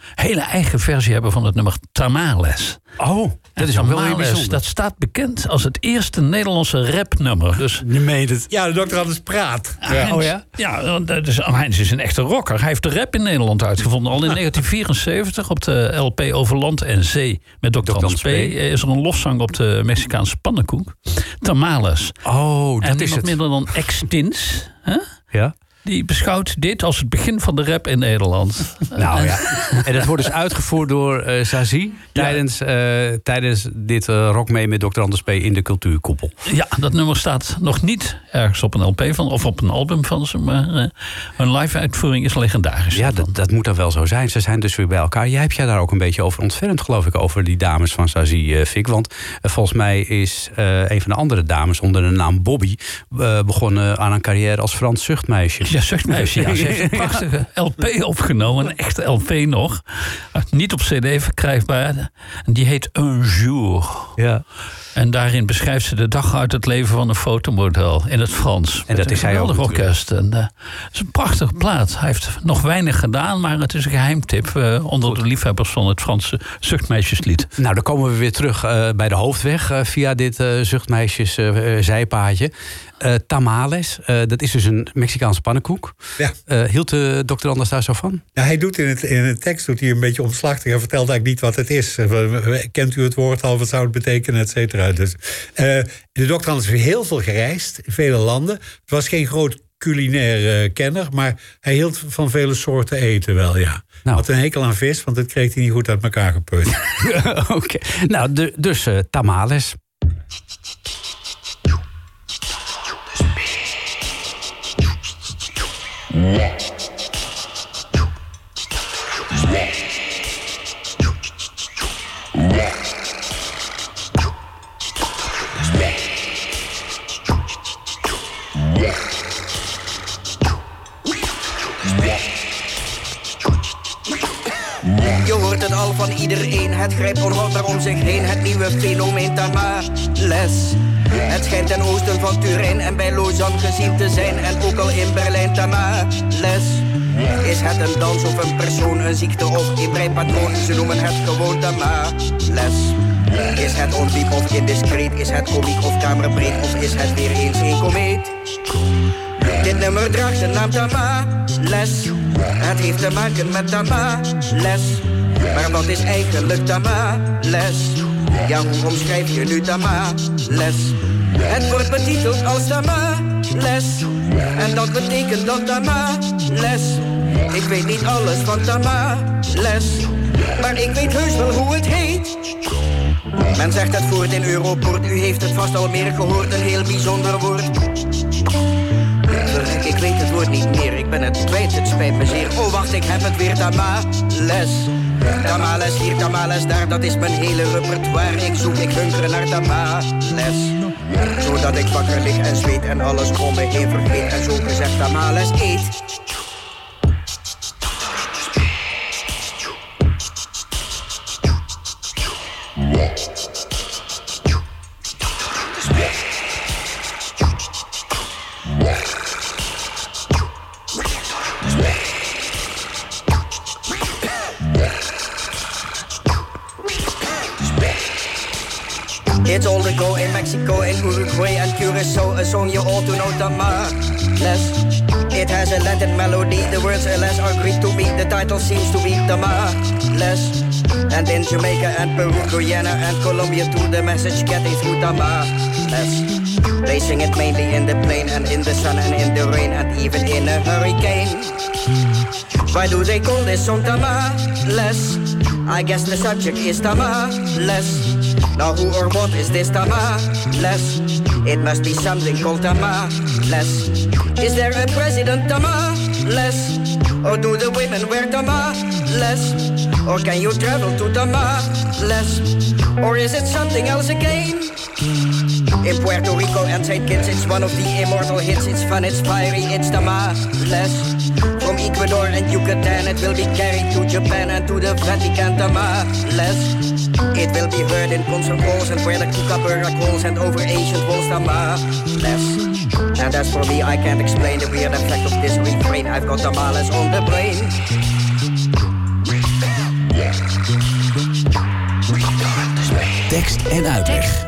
hele eigen versie hebben van het nummer Tamales. Oh, dat is ook wel weer bijzonder. Dat staat bekend als het eerste Nederlandse rapnummer. Dus, je meent het. Ja, de Dr. Anders praat. Ja, dus Heinz is een echte rocker. Hij heeft de rap in Nederland uitgevonden. Al in 1974 op de LP Over Land en Zee met Dr. Anders P. Is er een lofzang op de Mexicaanse pannenkoek. Tamales. Oh, dat en is het. minder dan Extins. Ja. Die beschouwt dit als het begin van de rap in Nederland. Nou ja. En dat wordt dus uitgevoerd door Zazie tijdens dit Rock mee met Dr. Anders P. in de Cultuurkoepel. Ja, dat nummer staat nog niet ergens op een LP van of op een album van ze. Maar hun live-uitvoering is legendarisch. Ja, dat moet dan wel zo zijn. Ze zijn dus weer bij elkaar. Jij hebt daar ook een beetje over ontfermd, geloof ik, over die dames van Zazie, Fik. Want volgens mij is een van de andere dames onder de naam Bobby begonnen aan een carrière als Frans zuchtmeisje. Ja, zuchtmeisje. Ja, ze heeft een prachtige LP opgenomen. Een echte LP nog. Niet op CD verkrijgbaar. En die heet Un Jour. Ja. En daarin beschrijft ze de dag uit het leven van een fotomodel in het Frans. En dat is hij ook. Een geweldig orkest. En, het is een prachtige plaat. Hij heeft nog weinig gedaan, maar het is een geheimtip onder de liefhebbers van het Franse zuchtmeisjeslied. Nou, dan komen we weer terug bij de hoofdweg via dit zuchtmeisjes zijpaadje. Tamales, dat is dus een Mexicaanse pannenkoek. Ja. Hield de Dr. Anders daar zo van? Ja, hij doet in de tekst een beetje omslachtig. Hij vertelt eigenlijk niet wat het is. Kent u het woord al, wat zou het betekenen, et cetera. Dus, de Dr. Anders heeft heel veel gereisd, in vele landen. Het was geen groot culinair kenner, maar hij hield van vele soorten eten wel, ja. Nou. Had een hekel aan vis, want dat kreeg hij niet goed uit elkaar geput. Oké. Nou, dus tamales. Je hoort het al van iedereen, het grijpt onhoudbaar om zich heen. Het nieuwe fenomeen Tamales. Het schijnt ten oosten van Turijn en bij Lausanne gezien te zijn. En ook al in Berlijn Tamales. Is het een dans of een persoon, een ziekte of een breipatroon? Ze noemen het gewoon Tamales. Is het ondiep of indiscreet? Is het komiek of kamerbreed? Of is het weer eens een komeet? Dit nummer draagt de naam Tamales. Het heeft te maken met Tamales. Maar wat is eigenlijk Tamales? Ja, hoe omschrijf je nu Tamales? Het wordt betiteld als Tamales. En dat betekent dan Tamales. Ik weet niet alles van Tamales, maar ik weet heus wel hoe het heet. Men zegt het voort in Europoort. U heeft het vast al meer gehoord, een heel bijzonder woord. Ik weet het woord niet meer, ik ben het kwijt, het spijt me zeer. Oh wacht, ik heb het weer, Tamales. Tamales hier, Tamales daar, dat is mijn hele repertoire. Ik hunker naar Tamales. Zodat ik wakker lig en zweet en alles om me heen vergeet. En zo gezegd Tamales eet. It's all the go in Mexico, in Uruguay and Curacao. A song you ought to know, Tamales. It has a Latin melody, the words alas are Greek to me. The title seems to be Tamales. And in Jamaica and Peru, Guyana and Colombia too, the message getting through Tamales. They sing it mainly in the plain and in the sun and in the rain and even in a hurricane. Why do they call this song Tamales? I guess the subject is Tamales. Now who or what is this Tamales? It must be something called Tamales. Is there a president Tamales? Or do the women wear Tamales? Or can you travel to Tamales? Or is it something else again? In Puerto Rico and St. Kitts, it's one of the immortal hits. It's fun, it's fiery, it's Tamales. From Ecuador and Yucatan, it will be carried to Japan and to the Vatican, Tamales. It will be heard in concert halls and where the kookaburra calls and over ancient walls, Tamales. And as for me, I can't explain the weird effect of this refrain. I've got Tamales on the brain. Tekst en uitleg.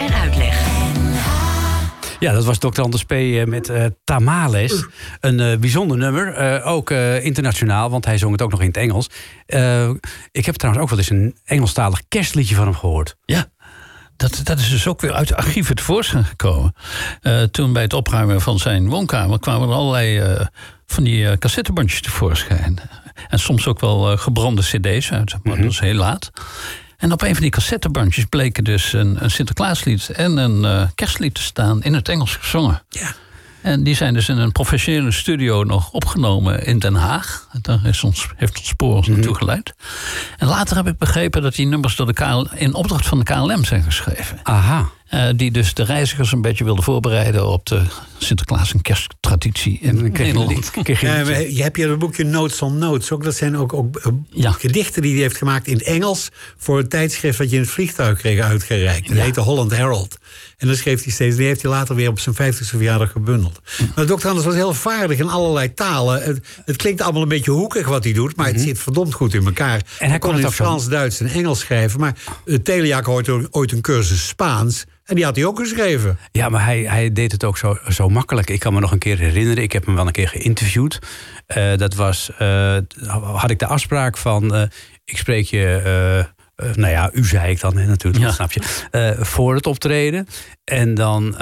Ja, dat was Dr. Anders P. met Tamales. Een bijzonder nummer. Ook internationaal, want hij zong het ook nog in het Engels. Ik heb trouwens ook wel eens een Engelstalig kerstliedje van hem gehoord. Ja. Dat is dus ook weer uit de archieven tevoorschijn gekomen. Toen bij het opruimen van zijn woonkamer kwamen er allerlei van die cassettebandjes tevoorschijn. En soms ook wel gebrande cd's uit, maar dat is heel laat. En op een van die cassettebandjes bleken dus een Sinterklaaslied en een kerstlied te staan in het Engels gezongen. Ja. En die zijn dus in een professionele studio nog opgenomen in Den Haag. Daar heeft ons spoor ons naartoe geleid. En later heb ik begrepen dat die nummers door in opdracht van de KLM zijn geschreven. Aha. Die dus de reizigers een beetje wilden voorbereiden op de Sinterklaas- en kersttraditie in Nederland. Je hebt hier het boekje Notes on Notes. Ook, dat zijn ook gedichten die hij heeft gemaakt in het Engels voor een tijdschrift dat je in het vliegtuig kreeg uitgereikt. Dat heette Holland Herald. En dan schreef hij steeds, die heeft hij later weer op zijn 50e verjaardag gebundeld. Maar Dr. Anders was heel vaardig in allerlei talen. Het klinkt allemaal een beetje hoekig wat hij doet, maar het zit verdomd goed in elkaar. En hij kon in Frans, Duits en Engels schrijven. Maar Teliak had ooit een cursus Spaans. En die had hij ook geschreven. Ja, maar hij deed het ook zo makkelijk. Ik kan me nog een keer herinneren. Ik heb hem wel een keer geïnterviewd. Dat was... had ik de afspraak van... ik spreek je... u zei ik dan natuurlijk, snap je. Voor het optreden. En dan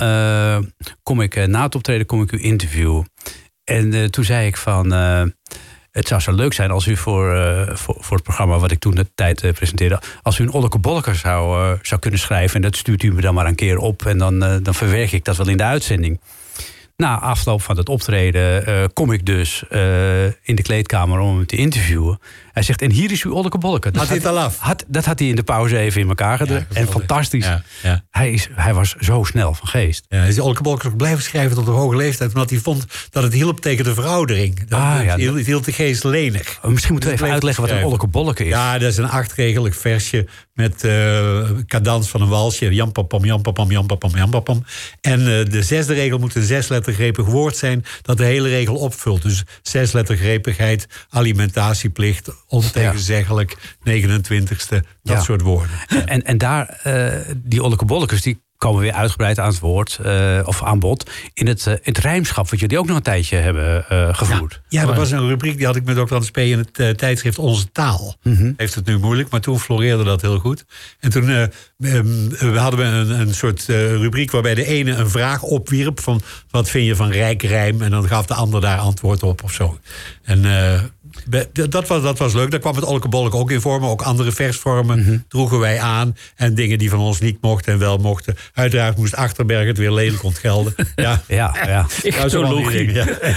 kom ik na het optreden u interviewen. En toen zei ik van... het zou zo leuk zijn als u voor het programma wat ik toen de tijd presenteerde... als u een Olleke Bolleke zou kunnen schrijven... en dat stuurt u me dan maar een keer op... en dan verwerk ik dat wel in de uitzending. Na afloop van het optreden kom ik dus in de kleedkamer om hem te interviewen. Hij zegt, en hier is uw Olleke Bolleke. Had hij het al af? Dat had hij in de pauze even in elkaar gedaan. En fantastisch. Ja. Hij was zo snel van geest. Ja, hij is Olleke Bolleke ook blijven schrijven tot een hoge leeftijd... omdat hij vond dat het hielp tegen de veroudering. Het hield de geest lenig. Misschien moeten we even uitleggen wat een Olleke Bolleke is. Ja, dat is een 8-regelig versje met cadans van een walsje. Jampapam, jampapam, jampapam, jampapam. En de 6e regel moet een 6-lettergrepig woord zijn... dat de hele regel opvult. Dus 6-lettergrepigheid, alimentatieplicht... ontegenzeggelijk, 29ste, dat soort woorden. En daar, die Olleke Bollekes, die komen weer uitgebreid aan het woord, of aan bod... in het rijmschap, wat jullie ook nog een tijdje hebben gevoerd. Ja, dat was een rubriek, die had ik met Dr. Anders P. in het tijdschrift Onze Taal. Heeft het nu moeilijk, maar toen floreerde dat heel goed. En toen hadden we een soort rubriek... waarbij de ene een vraag opwierp van... wat vind je van rijk rijm? En dan gaf de ander daar antwoord op of zo. En... Dat was leuk. Daar kwam het Olleke Bolleke ook in voor. Maar ook andere versvormen droegen wij aan. En dingen die van ons niet mochten en wel mochten. Uiteraard moest Achterberg het weer lelijk ontgelden. Ja. Ectologie.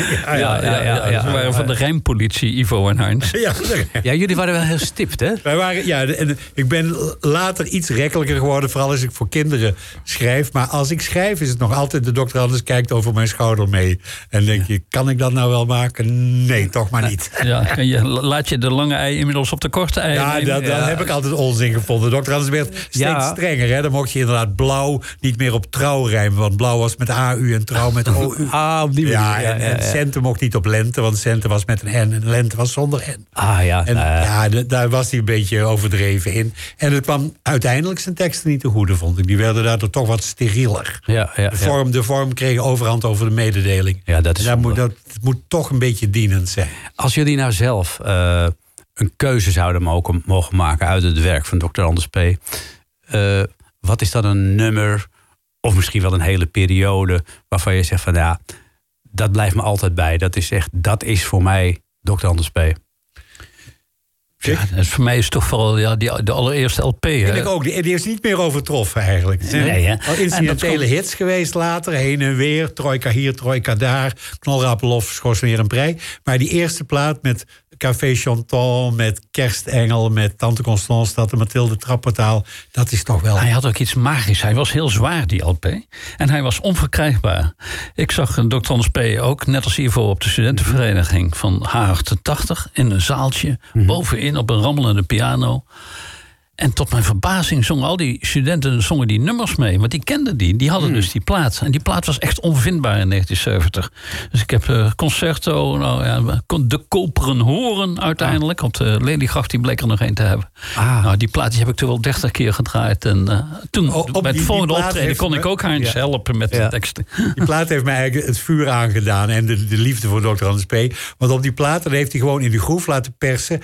Ja. We waren van de rijmpolitie, Ivo en Heinz. Ja, jullie waren wel heel stipt, hè? Wij waren, en ik ben later iets rekkelijker geworden. Vooral als ik voor kinderen schrijf. Maar als ik schrijf is het nog altijd... de Dr. Anders kijkt over mijn schouder mee. En denk je, kan ik dat nou wel maken? Nee, toch maar niet. Ja. Laat je de lange ei inmiddels op de korte ei? Ja, dat heb ik altijd onzin gevonden. Dr. Anders werd steeds strenger. Hè? Dan mocht je inderdaad blauw niet meer op trouw rijmen. Want blauw was met AU en trouw met OU. Op die manier. En centen mocht niet op lente. Want centen was met een N en lente was zonder N. Daar was hij een beetje overdreven in. En het kwam uiteindelijk zijn teksten niet te goede, vond ik. Die werden daardoor toch wat sterieler. De vorm kreeg overhand over de mededeling. Ja, dat moet toch een beetje dienend zijn. Als jullie nou zelf een keuze zouden mogen maken uit het werk van Dr. Anders P. Wat is dan een nummer, of misschien wel een hele periode... waarvan je zegt van ja, dat blijft me altijd bij. Dat is voor mij Dr. Anders P. Ja, voor mij is het toch vooral de allereerste LP. Vind ik ook. Die is niet meer overtroffen eigenlijk. Nee, al incidentele hits geweest later. Heen en weer. Trojka hier, trojka daar. Knolrapelof, Schorseneer en Prei. Maar die eerste plaat met Café Chanton, met Kerstengel... met Tante Constance, Tante Mathilde, Trapportaal... dat is toch wel... Hij had ook iets magisch. Hij was heel zwaar, die LP. En hij was onverkrijgbaar. Ik zag Dr. Anders P. ook, net als Ivo... op de studentenvereniging van H88... in een zaaltje, bovenin op een rammelende piano... En tot mijn verbazing zongen al die studenten die nummers mee. Want die kenden die hadden dus die plaat. En die plaat was echt onvindbaar in 1970. Dus ik heb Concerto, de Koperen Horen uiteindelijk. Op de Leliegracht, die bleek er nog één te hebben. Nou, die plaat die heb ik toen wel 30 keer gedraaid. En toen, bij het volgende optreden, kon ik ook Heinz helpen met de teksten. Die plaat heeft mij eigenlijk het vuur aangedaan. En de liefde voor Dr. Anders P. Want op die plaat, dan heeft hij gewoon in de groef laten persen.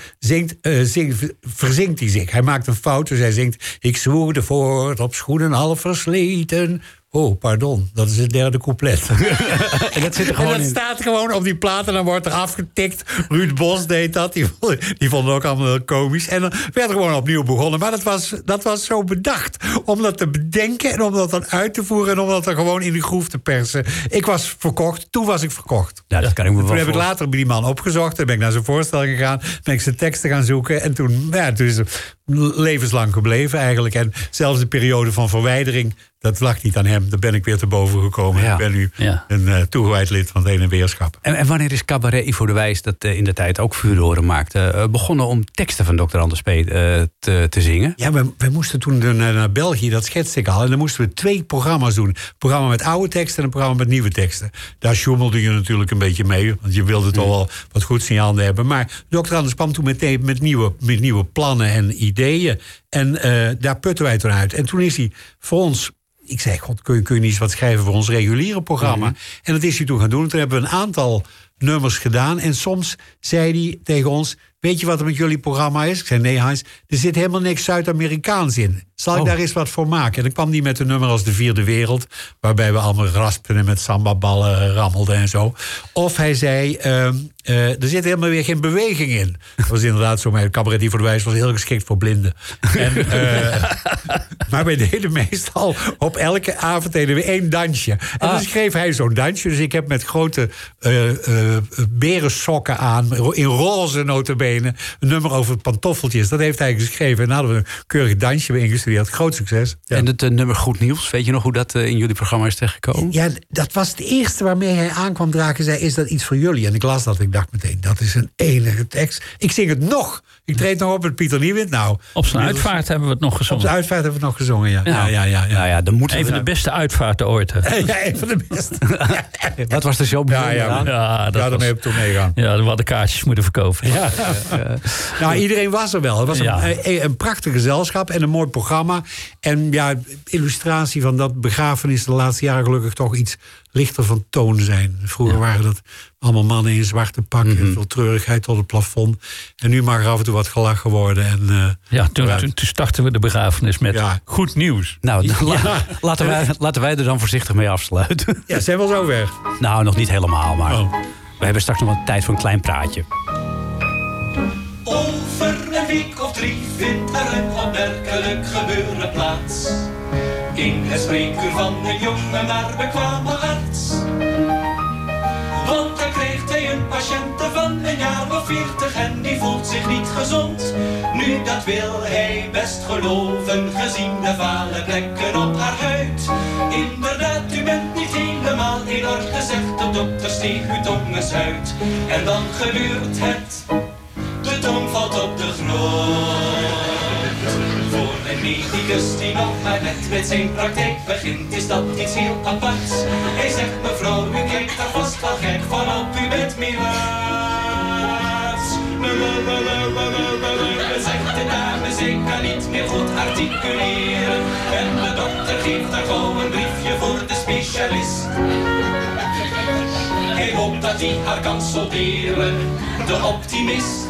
Verzingt hij zich. Hij maakt een fout, dus hij zingt... Ik zwoerde voort op schoenen half versleten... Oh, pardon, dat is het derde couplet. En dat, staat gewoon op die plaat en dan wordt er afgetikt. Ruud Bos deed dat, die vond het ook allemaal heel komisch. En dan werd er gewoon opnieuw begonnen. Maar dat was zo bedacht om dat te bedenken... en om dat dan uit te voeren en om dat dan gewoon in de groef te persen. Ik was verkocht, toen was ik verkocht. Ja, dat kan ik me wel toen heb ik later bij die man opgezocht. Toen ben ik naar zijn voorstelling gegaan, ben ik zijn teksten gaan zoeken. En toen is het levenslang gebleven eigenlijk. En zelfs de periode van verwijdering... Dat lag niet aan hem, daar ben ik weer te boven gekomen. Ja. Ik ben nu een toegewijd lid van het Heen en Weerschap. En wanneer is Cabaret Ivo de Wijs, dat in de tijd ook furoren maakte... begonnen om teksten van Dr. Anders P. te zingen? Ja, we moesten toen naar België, dat schetste ik al... en dan moesten we 2 programma's doen. Een programma met oude teksten en een programma met nieuwe teksten. Daar sjoemelde je natuurlijk een beetje mee... want je wilde toch wel wat goed signaal hebben. Maar Dr. Anders kwam toen meteen met nieuwe plannen en ideeën... en daar putten wij toen uit. En toen is hij voor ons... Ik zei, god, kun je niet eens wat schrijven voor ons reguliere programma? En dat is hij toen gaan doen. Toen hebben we een aantal nummers gedaan. En soms zei hij tegen ons... Weet je wat er met jullie programma is? Ik zei, nee Heinz, er zit helemaal niks Zuid-Amerikaans in. Zal ik daar eens wat voor maken? En dan kwam hij met een nummer als De Vierde Wereld... waarbij we allemaal raspten en met sambaballen rammelden en zo. Of hij zei, er zit helemaal weer geen beweging in. Dat was inderdaad zo, maar Cabaret Ivo de Wijs was heel geschikt voor blinden. En, maar wij deden meestal op elke avond deden we 1 dansje. En dan schreef hij zo'n dansje. Dus ik heb met grote berensokken aan, in roze nota bene, een nummer over pantoffeltjes. Dat heeft hij geschreven. En daar hadden we een keurig dansje bij ingestudeerd. Groot succes. Ja. En het nummer Goed Nieuws, weet je nog hoe dat in jullie programma is terechtgekomen? Ja, dat was het eerste waarmee hij aankwam dragen en zei, is dat iets voor jullie? En ik las dat, ik dacht meteen, dat is een enige tekst. Ik zing het nog. Ik treed nog op met Pieter Nieuwind. Nou, op zijn uitvaart hebben we het nog gezongen. Op zijn uitvaart hebben we het nog gezongen, ja. Nou ja, dan moeten even de beste uitvaarten ooit. Hè. Ja, even de beste. Wat was de show? Daarmee heb ik toen meegaan. Ja, we hadden kaartjes moeten verkopen. Ja. Nou, iedereen was er wel. Het was een prachtig gezelschap en een mooi programma. En ja, illustratie van dat begrafenis de laatste jaren gelukkig toch iets lichter van toon zijn. Vroeger waren dat allemaal mannen in zwarte pakken. Veel treurigheid tot het plafond. En nu mag er af en toe wat gelachen worden. En, toen starten we de begrafenis met goed nieuws. Nou, laten wij er dan voorzichtig mee afsluiten. Ja, zijn we al zover? Nou, nog niet helemaal, maar we hebben straks nog wat tijd voor een klein praatje. Over een week of 3 vindt er een opmerkelijk gebeuren plaats. In het spreekuur van een jonge maar bekwame arts. Want dan krijgt hij een patiënte van een jaar of 40 en die voelt zich niet gezond. Nu dat wil hij best geloven, gezien de vale plekken op haar huid. Inderdaad, u bent niet helemaal in orde, zegt de dokter, steeg uw tong eens uit. En dan gebeurt het, de tong valt op de grond. Voor een medicus die nog maar net met zijn praktijk begint, is dat iets heel aparts. Hij zegt, mevrouw, u kijkt daar vast wel gek van op, u bent miraats. Zegt de dame, ik kan niet meer goed articuleren. En de dokter geeft haar gauw een briefje voor de specialist. Hij hoopt dat hij haar kan solderen, de optimist.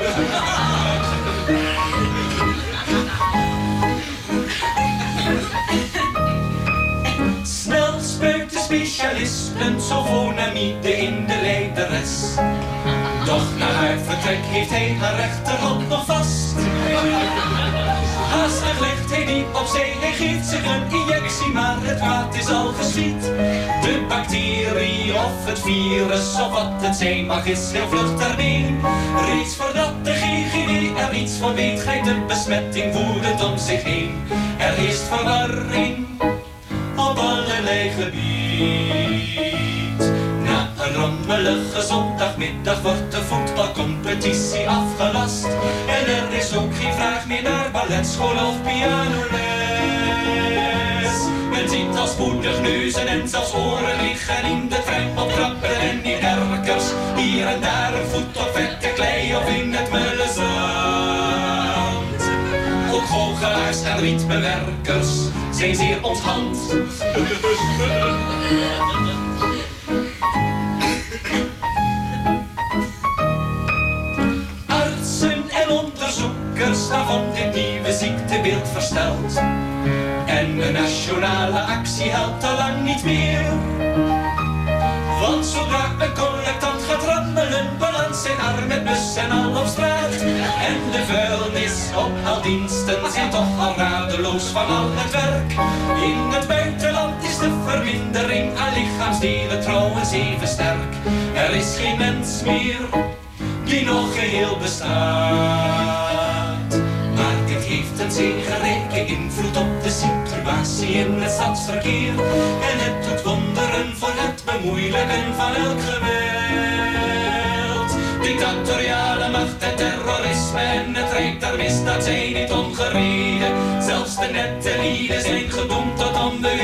Snel spuit de specialist een sulfonamide in de lijderes. Doch na haar vertrek heeft hij haar rechterhand nog vast. Haastig legt hij die opzij, hij geeft zich een injectie, maar het kwaad is al geschied. De bacterie of het virus of wat het zijn mag is heel vlug ter been. Reeds voordat de GGD er iets van weet, grijpt de besmetting woedend om zich heen. Er heerst verwarring op allerlei gebied. Na een rommelige zondagmiddag wordt de voetbalcompetitie afgelast. En er is ook geen vraag meer naar ballet, baletschool of pianoles. Men ziet al spoedig neuzen en zelfs oren liggen in de trein op trappen en in erkers. Hier en daar een voet op vette klei of in het mulle zand. Ook goochelaars en rietbewerkers zijn zeer onthand. Artsen en onderzoekers van dit nieuwe ziektebeeld versteld. En de nationale actie helpt al lang niet meer. Want zodra een collectant gaat rammelen, belandt zijn arm met bus en al op straat. En de vuilnisophaaldiensten zijn toch al radeloos van al het werk. In het buitenland is de vermindering aan lichaamsdelen trouwens even sterk. Er is geen mens meer die nog geheel bestaat. Maar dit heeft een zegenrijke invloed op de situatie in het stadsverkeer. En het doet wonderen voor het bemoeilijken van elk geweld. Dictatoriale macht en terrorisme en het rijk der misdaad zijn niet ongereden. Zelfs de nette lieden zijn gedoemd tot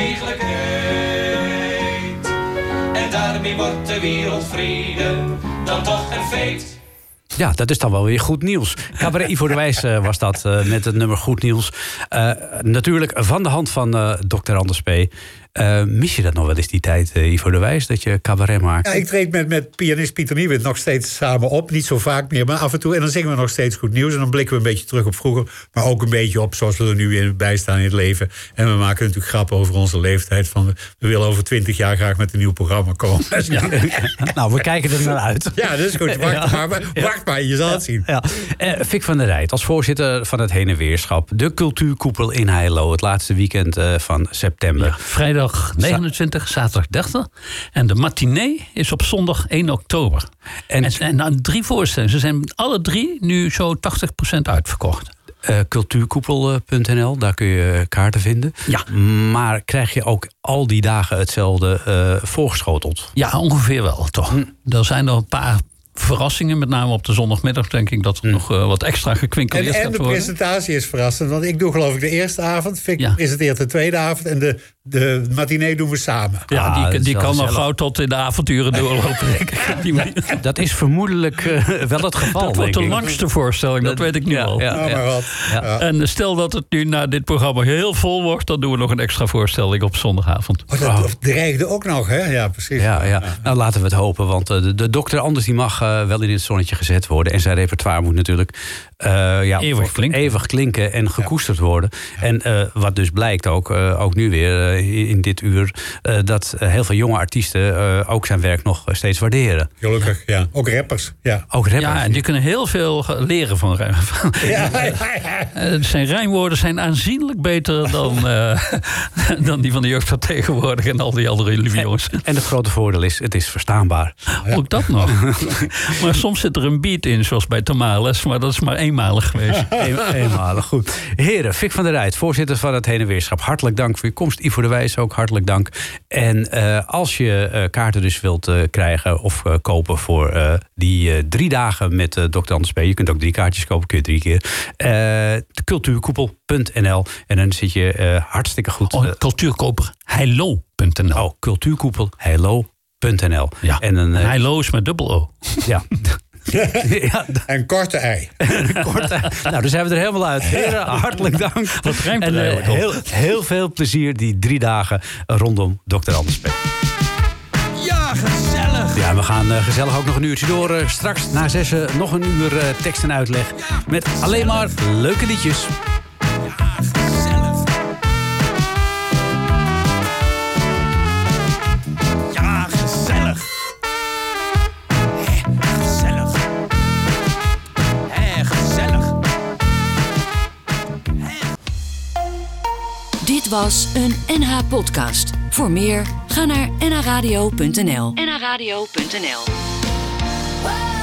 onbeweeglijkheid. En daarmee wordt de wereldvrede dan toch een feit. Ja, dat is dan wel weer goed nieuws. Cabaret Ivo de Wijs was dat met het nummer Goed Nieuws. Natuurlijk van de hand van Dr. Anders P. Mis je dat nog wel eens, die tijd, Ivo de Wijs, dat je cabaret maakt? Ja, ik treed met pianist Pieter Nieuwend nog steeds samen op. Niet zo vaak meer, maar af en toe. En dan zingen we nog steeds Goed Nieuws. En dan blikken we een beetje terug op vroeger. Maar ook een beetje op zoals we er nu bij staan in het leven. En we maken natuurlijk grappen over onze leeftijd. Van, we willen over 20 jaar graag met een nieuw programma komen. Ja. Nou, we kijken er naar uit. Ja, dat is goed. Wacht maar, je zal het zien. Ja. Fik van der Rijt, als voorzitter van het Heen en Weerschap. De cultuurkoepel in Heilo, het laatste weekend van september. Ja, vrijdag 29, zaterdag 30. En de matinee is op zondag 1 oktober. En dan 3 voorstellingen. Ze zijn alle 3 nu zo 80% uitverkocht. Cultuurkoepel.nl, daar kun je kaarten vinden. Ja. Maar krijg je ook al die dagen hetzelfde voorgeschoteld? Ja, ongeveer wel, toch. Er zijn nog een paar verrassingen, met name op de zondagmiddag denk ik dat er nog wat extra gekwinkeld en de presentatie is verrassend, want ik doe geloof ik de eerste avond, Fik presenteert de tweede avond en de matinee doen we samen. Ja, die kan nog gauw tot in de avonturen doorlopen. Dat is vermoedelijk wel het geval. Dat wordt de langste voorstelling, dat weet ik nu al. Ja. En stel dat het nu na dit programma heel vol wordt, dan doen we nog een extra voorstelling op zondagavond. Dat dreigde ook nog, hè? Ja, precies. Ja. Nou, laten we het hopen, want de dokter Anders die mag wel in het zonnetje gezet worden. En zijn repertoire moet natuurlijk eeuwig klinken en gekoesterd worden. En wat dus blijkt ook nu weer in dit uur, dat heel veel jonge artiesten ook zijn werk nog steeds waarderen. Gelukkig, ja. Ook rappers. Ja, en die kunnen heel veel leren van zijn rijmwoorden zijn aanzienlijk beter dan die van de jeugd van tegenwoordig en al die andere lieve jongens. En het grote voordeel is, het is verstaanbaar. Ja. Ook dat nog. Maar soms zit er een beat in, zoals bij Tamales, maar dat is maar eenmalig geweest. Eenmalig, goed. Heren, Fik van der Rijt, voorzitter van het Heen en Weerschap. Hartelijk dank voor je komst. Ivo de Wijs ook, hartelijk dank. En als je kaarten dus wilt krijgen of kopen voor die 3 dagen met Dr. Anders P. Je kunt ook 3 kaartjes kopen, kun je 3 keer. Cultuurkoepel.nl. En dan zit je hartstikke goed. Cultuurkoper Heilo.nl. Oh, Cultuurkoepel Heilo.nl. Ja. En Heilo is met dubbel O. Ja. En korte ei. Nou, dan zijn we er helemaal uit. Heren, hartelijk dank. Wat rijmt er eigenlijk op? Heel veel plezier die 3 dagen rondom Dr. Anders P. Ja, gezellig. Ja, we gaan gezellig ook nog een uurtje door. Straks na 6 nog een uur tekst en uitleg. Met alleen maar leuke liedjes. Dit was een NH-podcast. Voor meer, ga naar nhradio.nl. nhradio.nl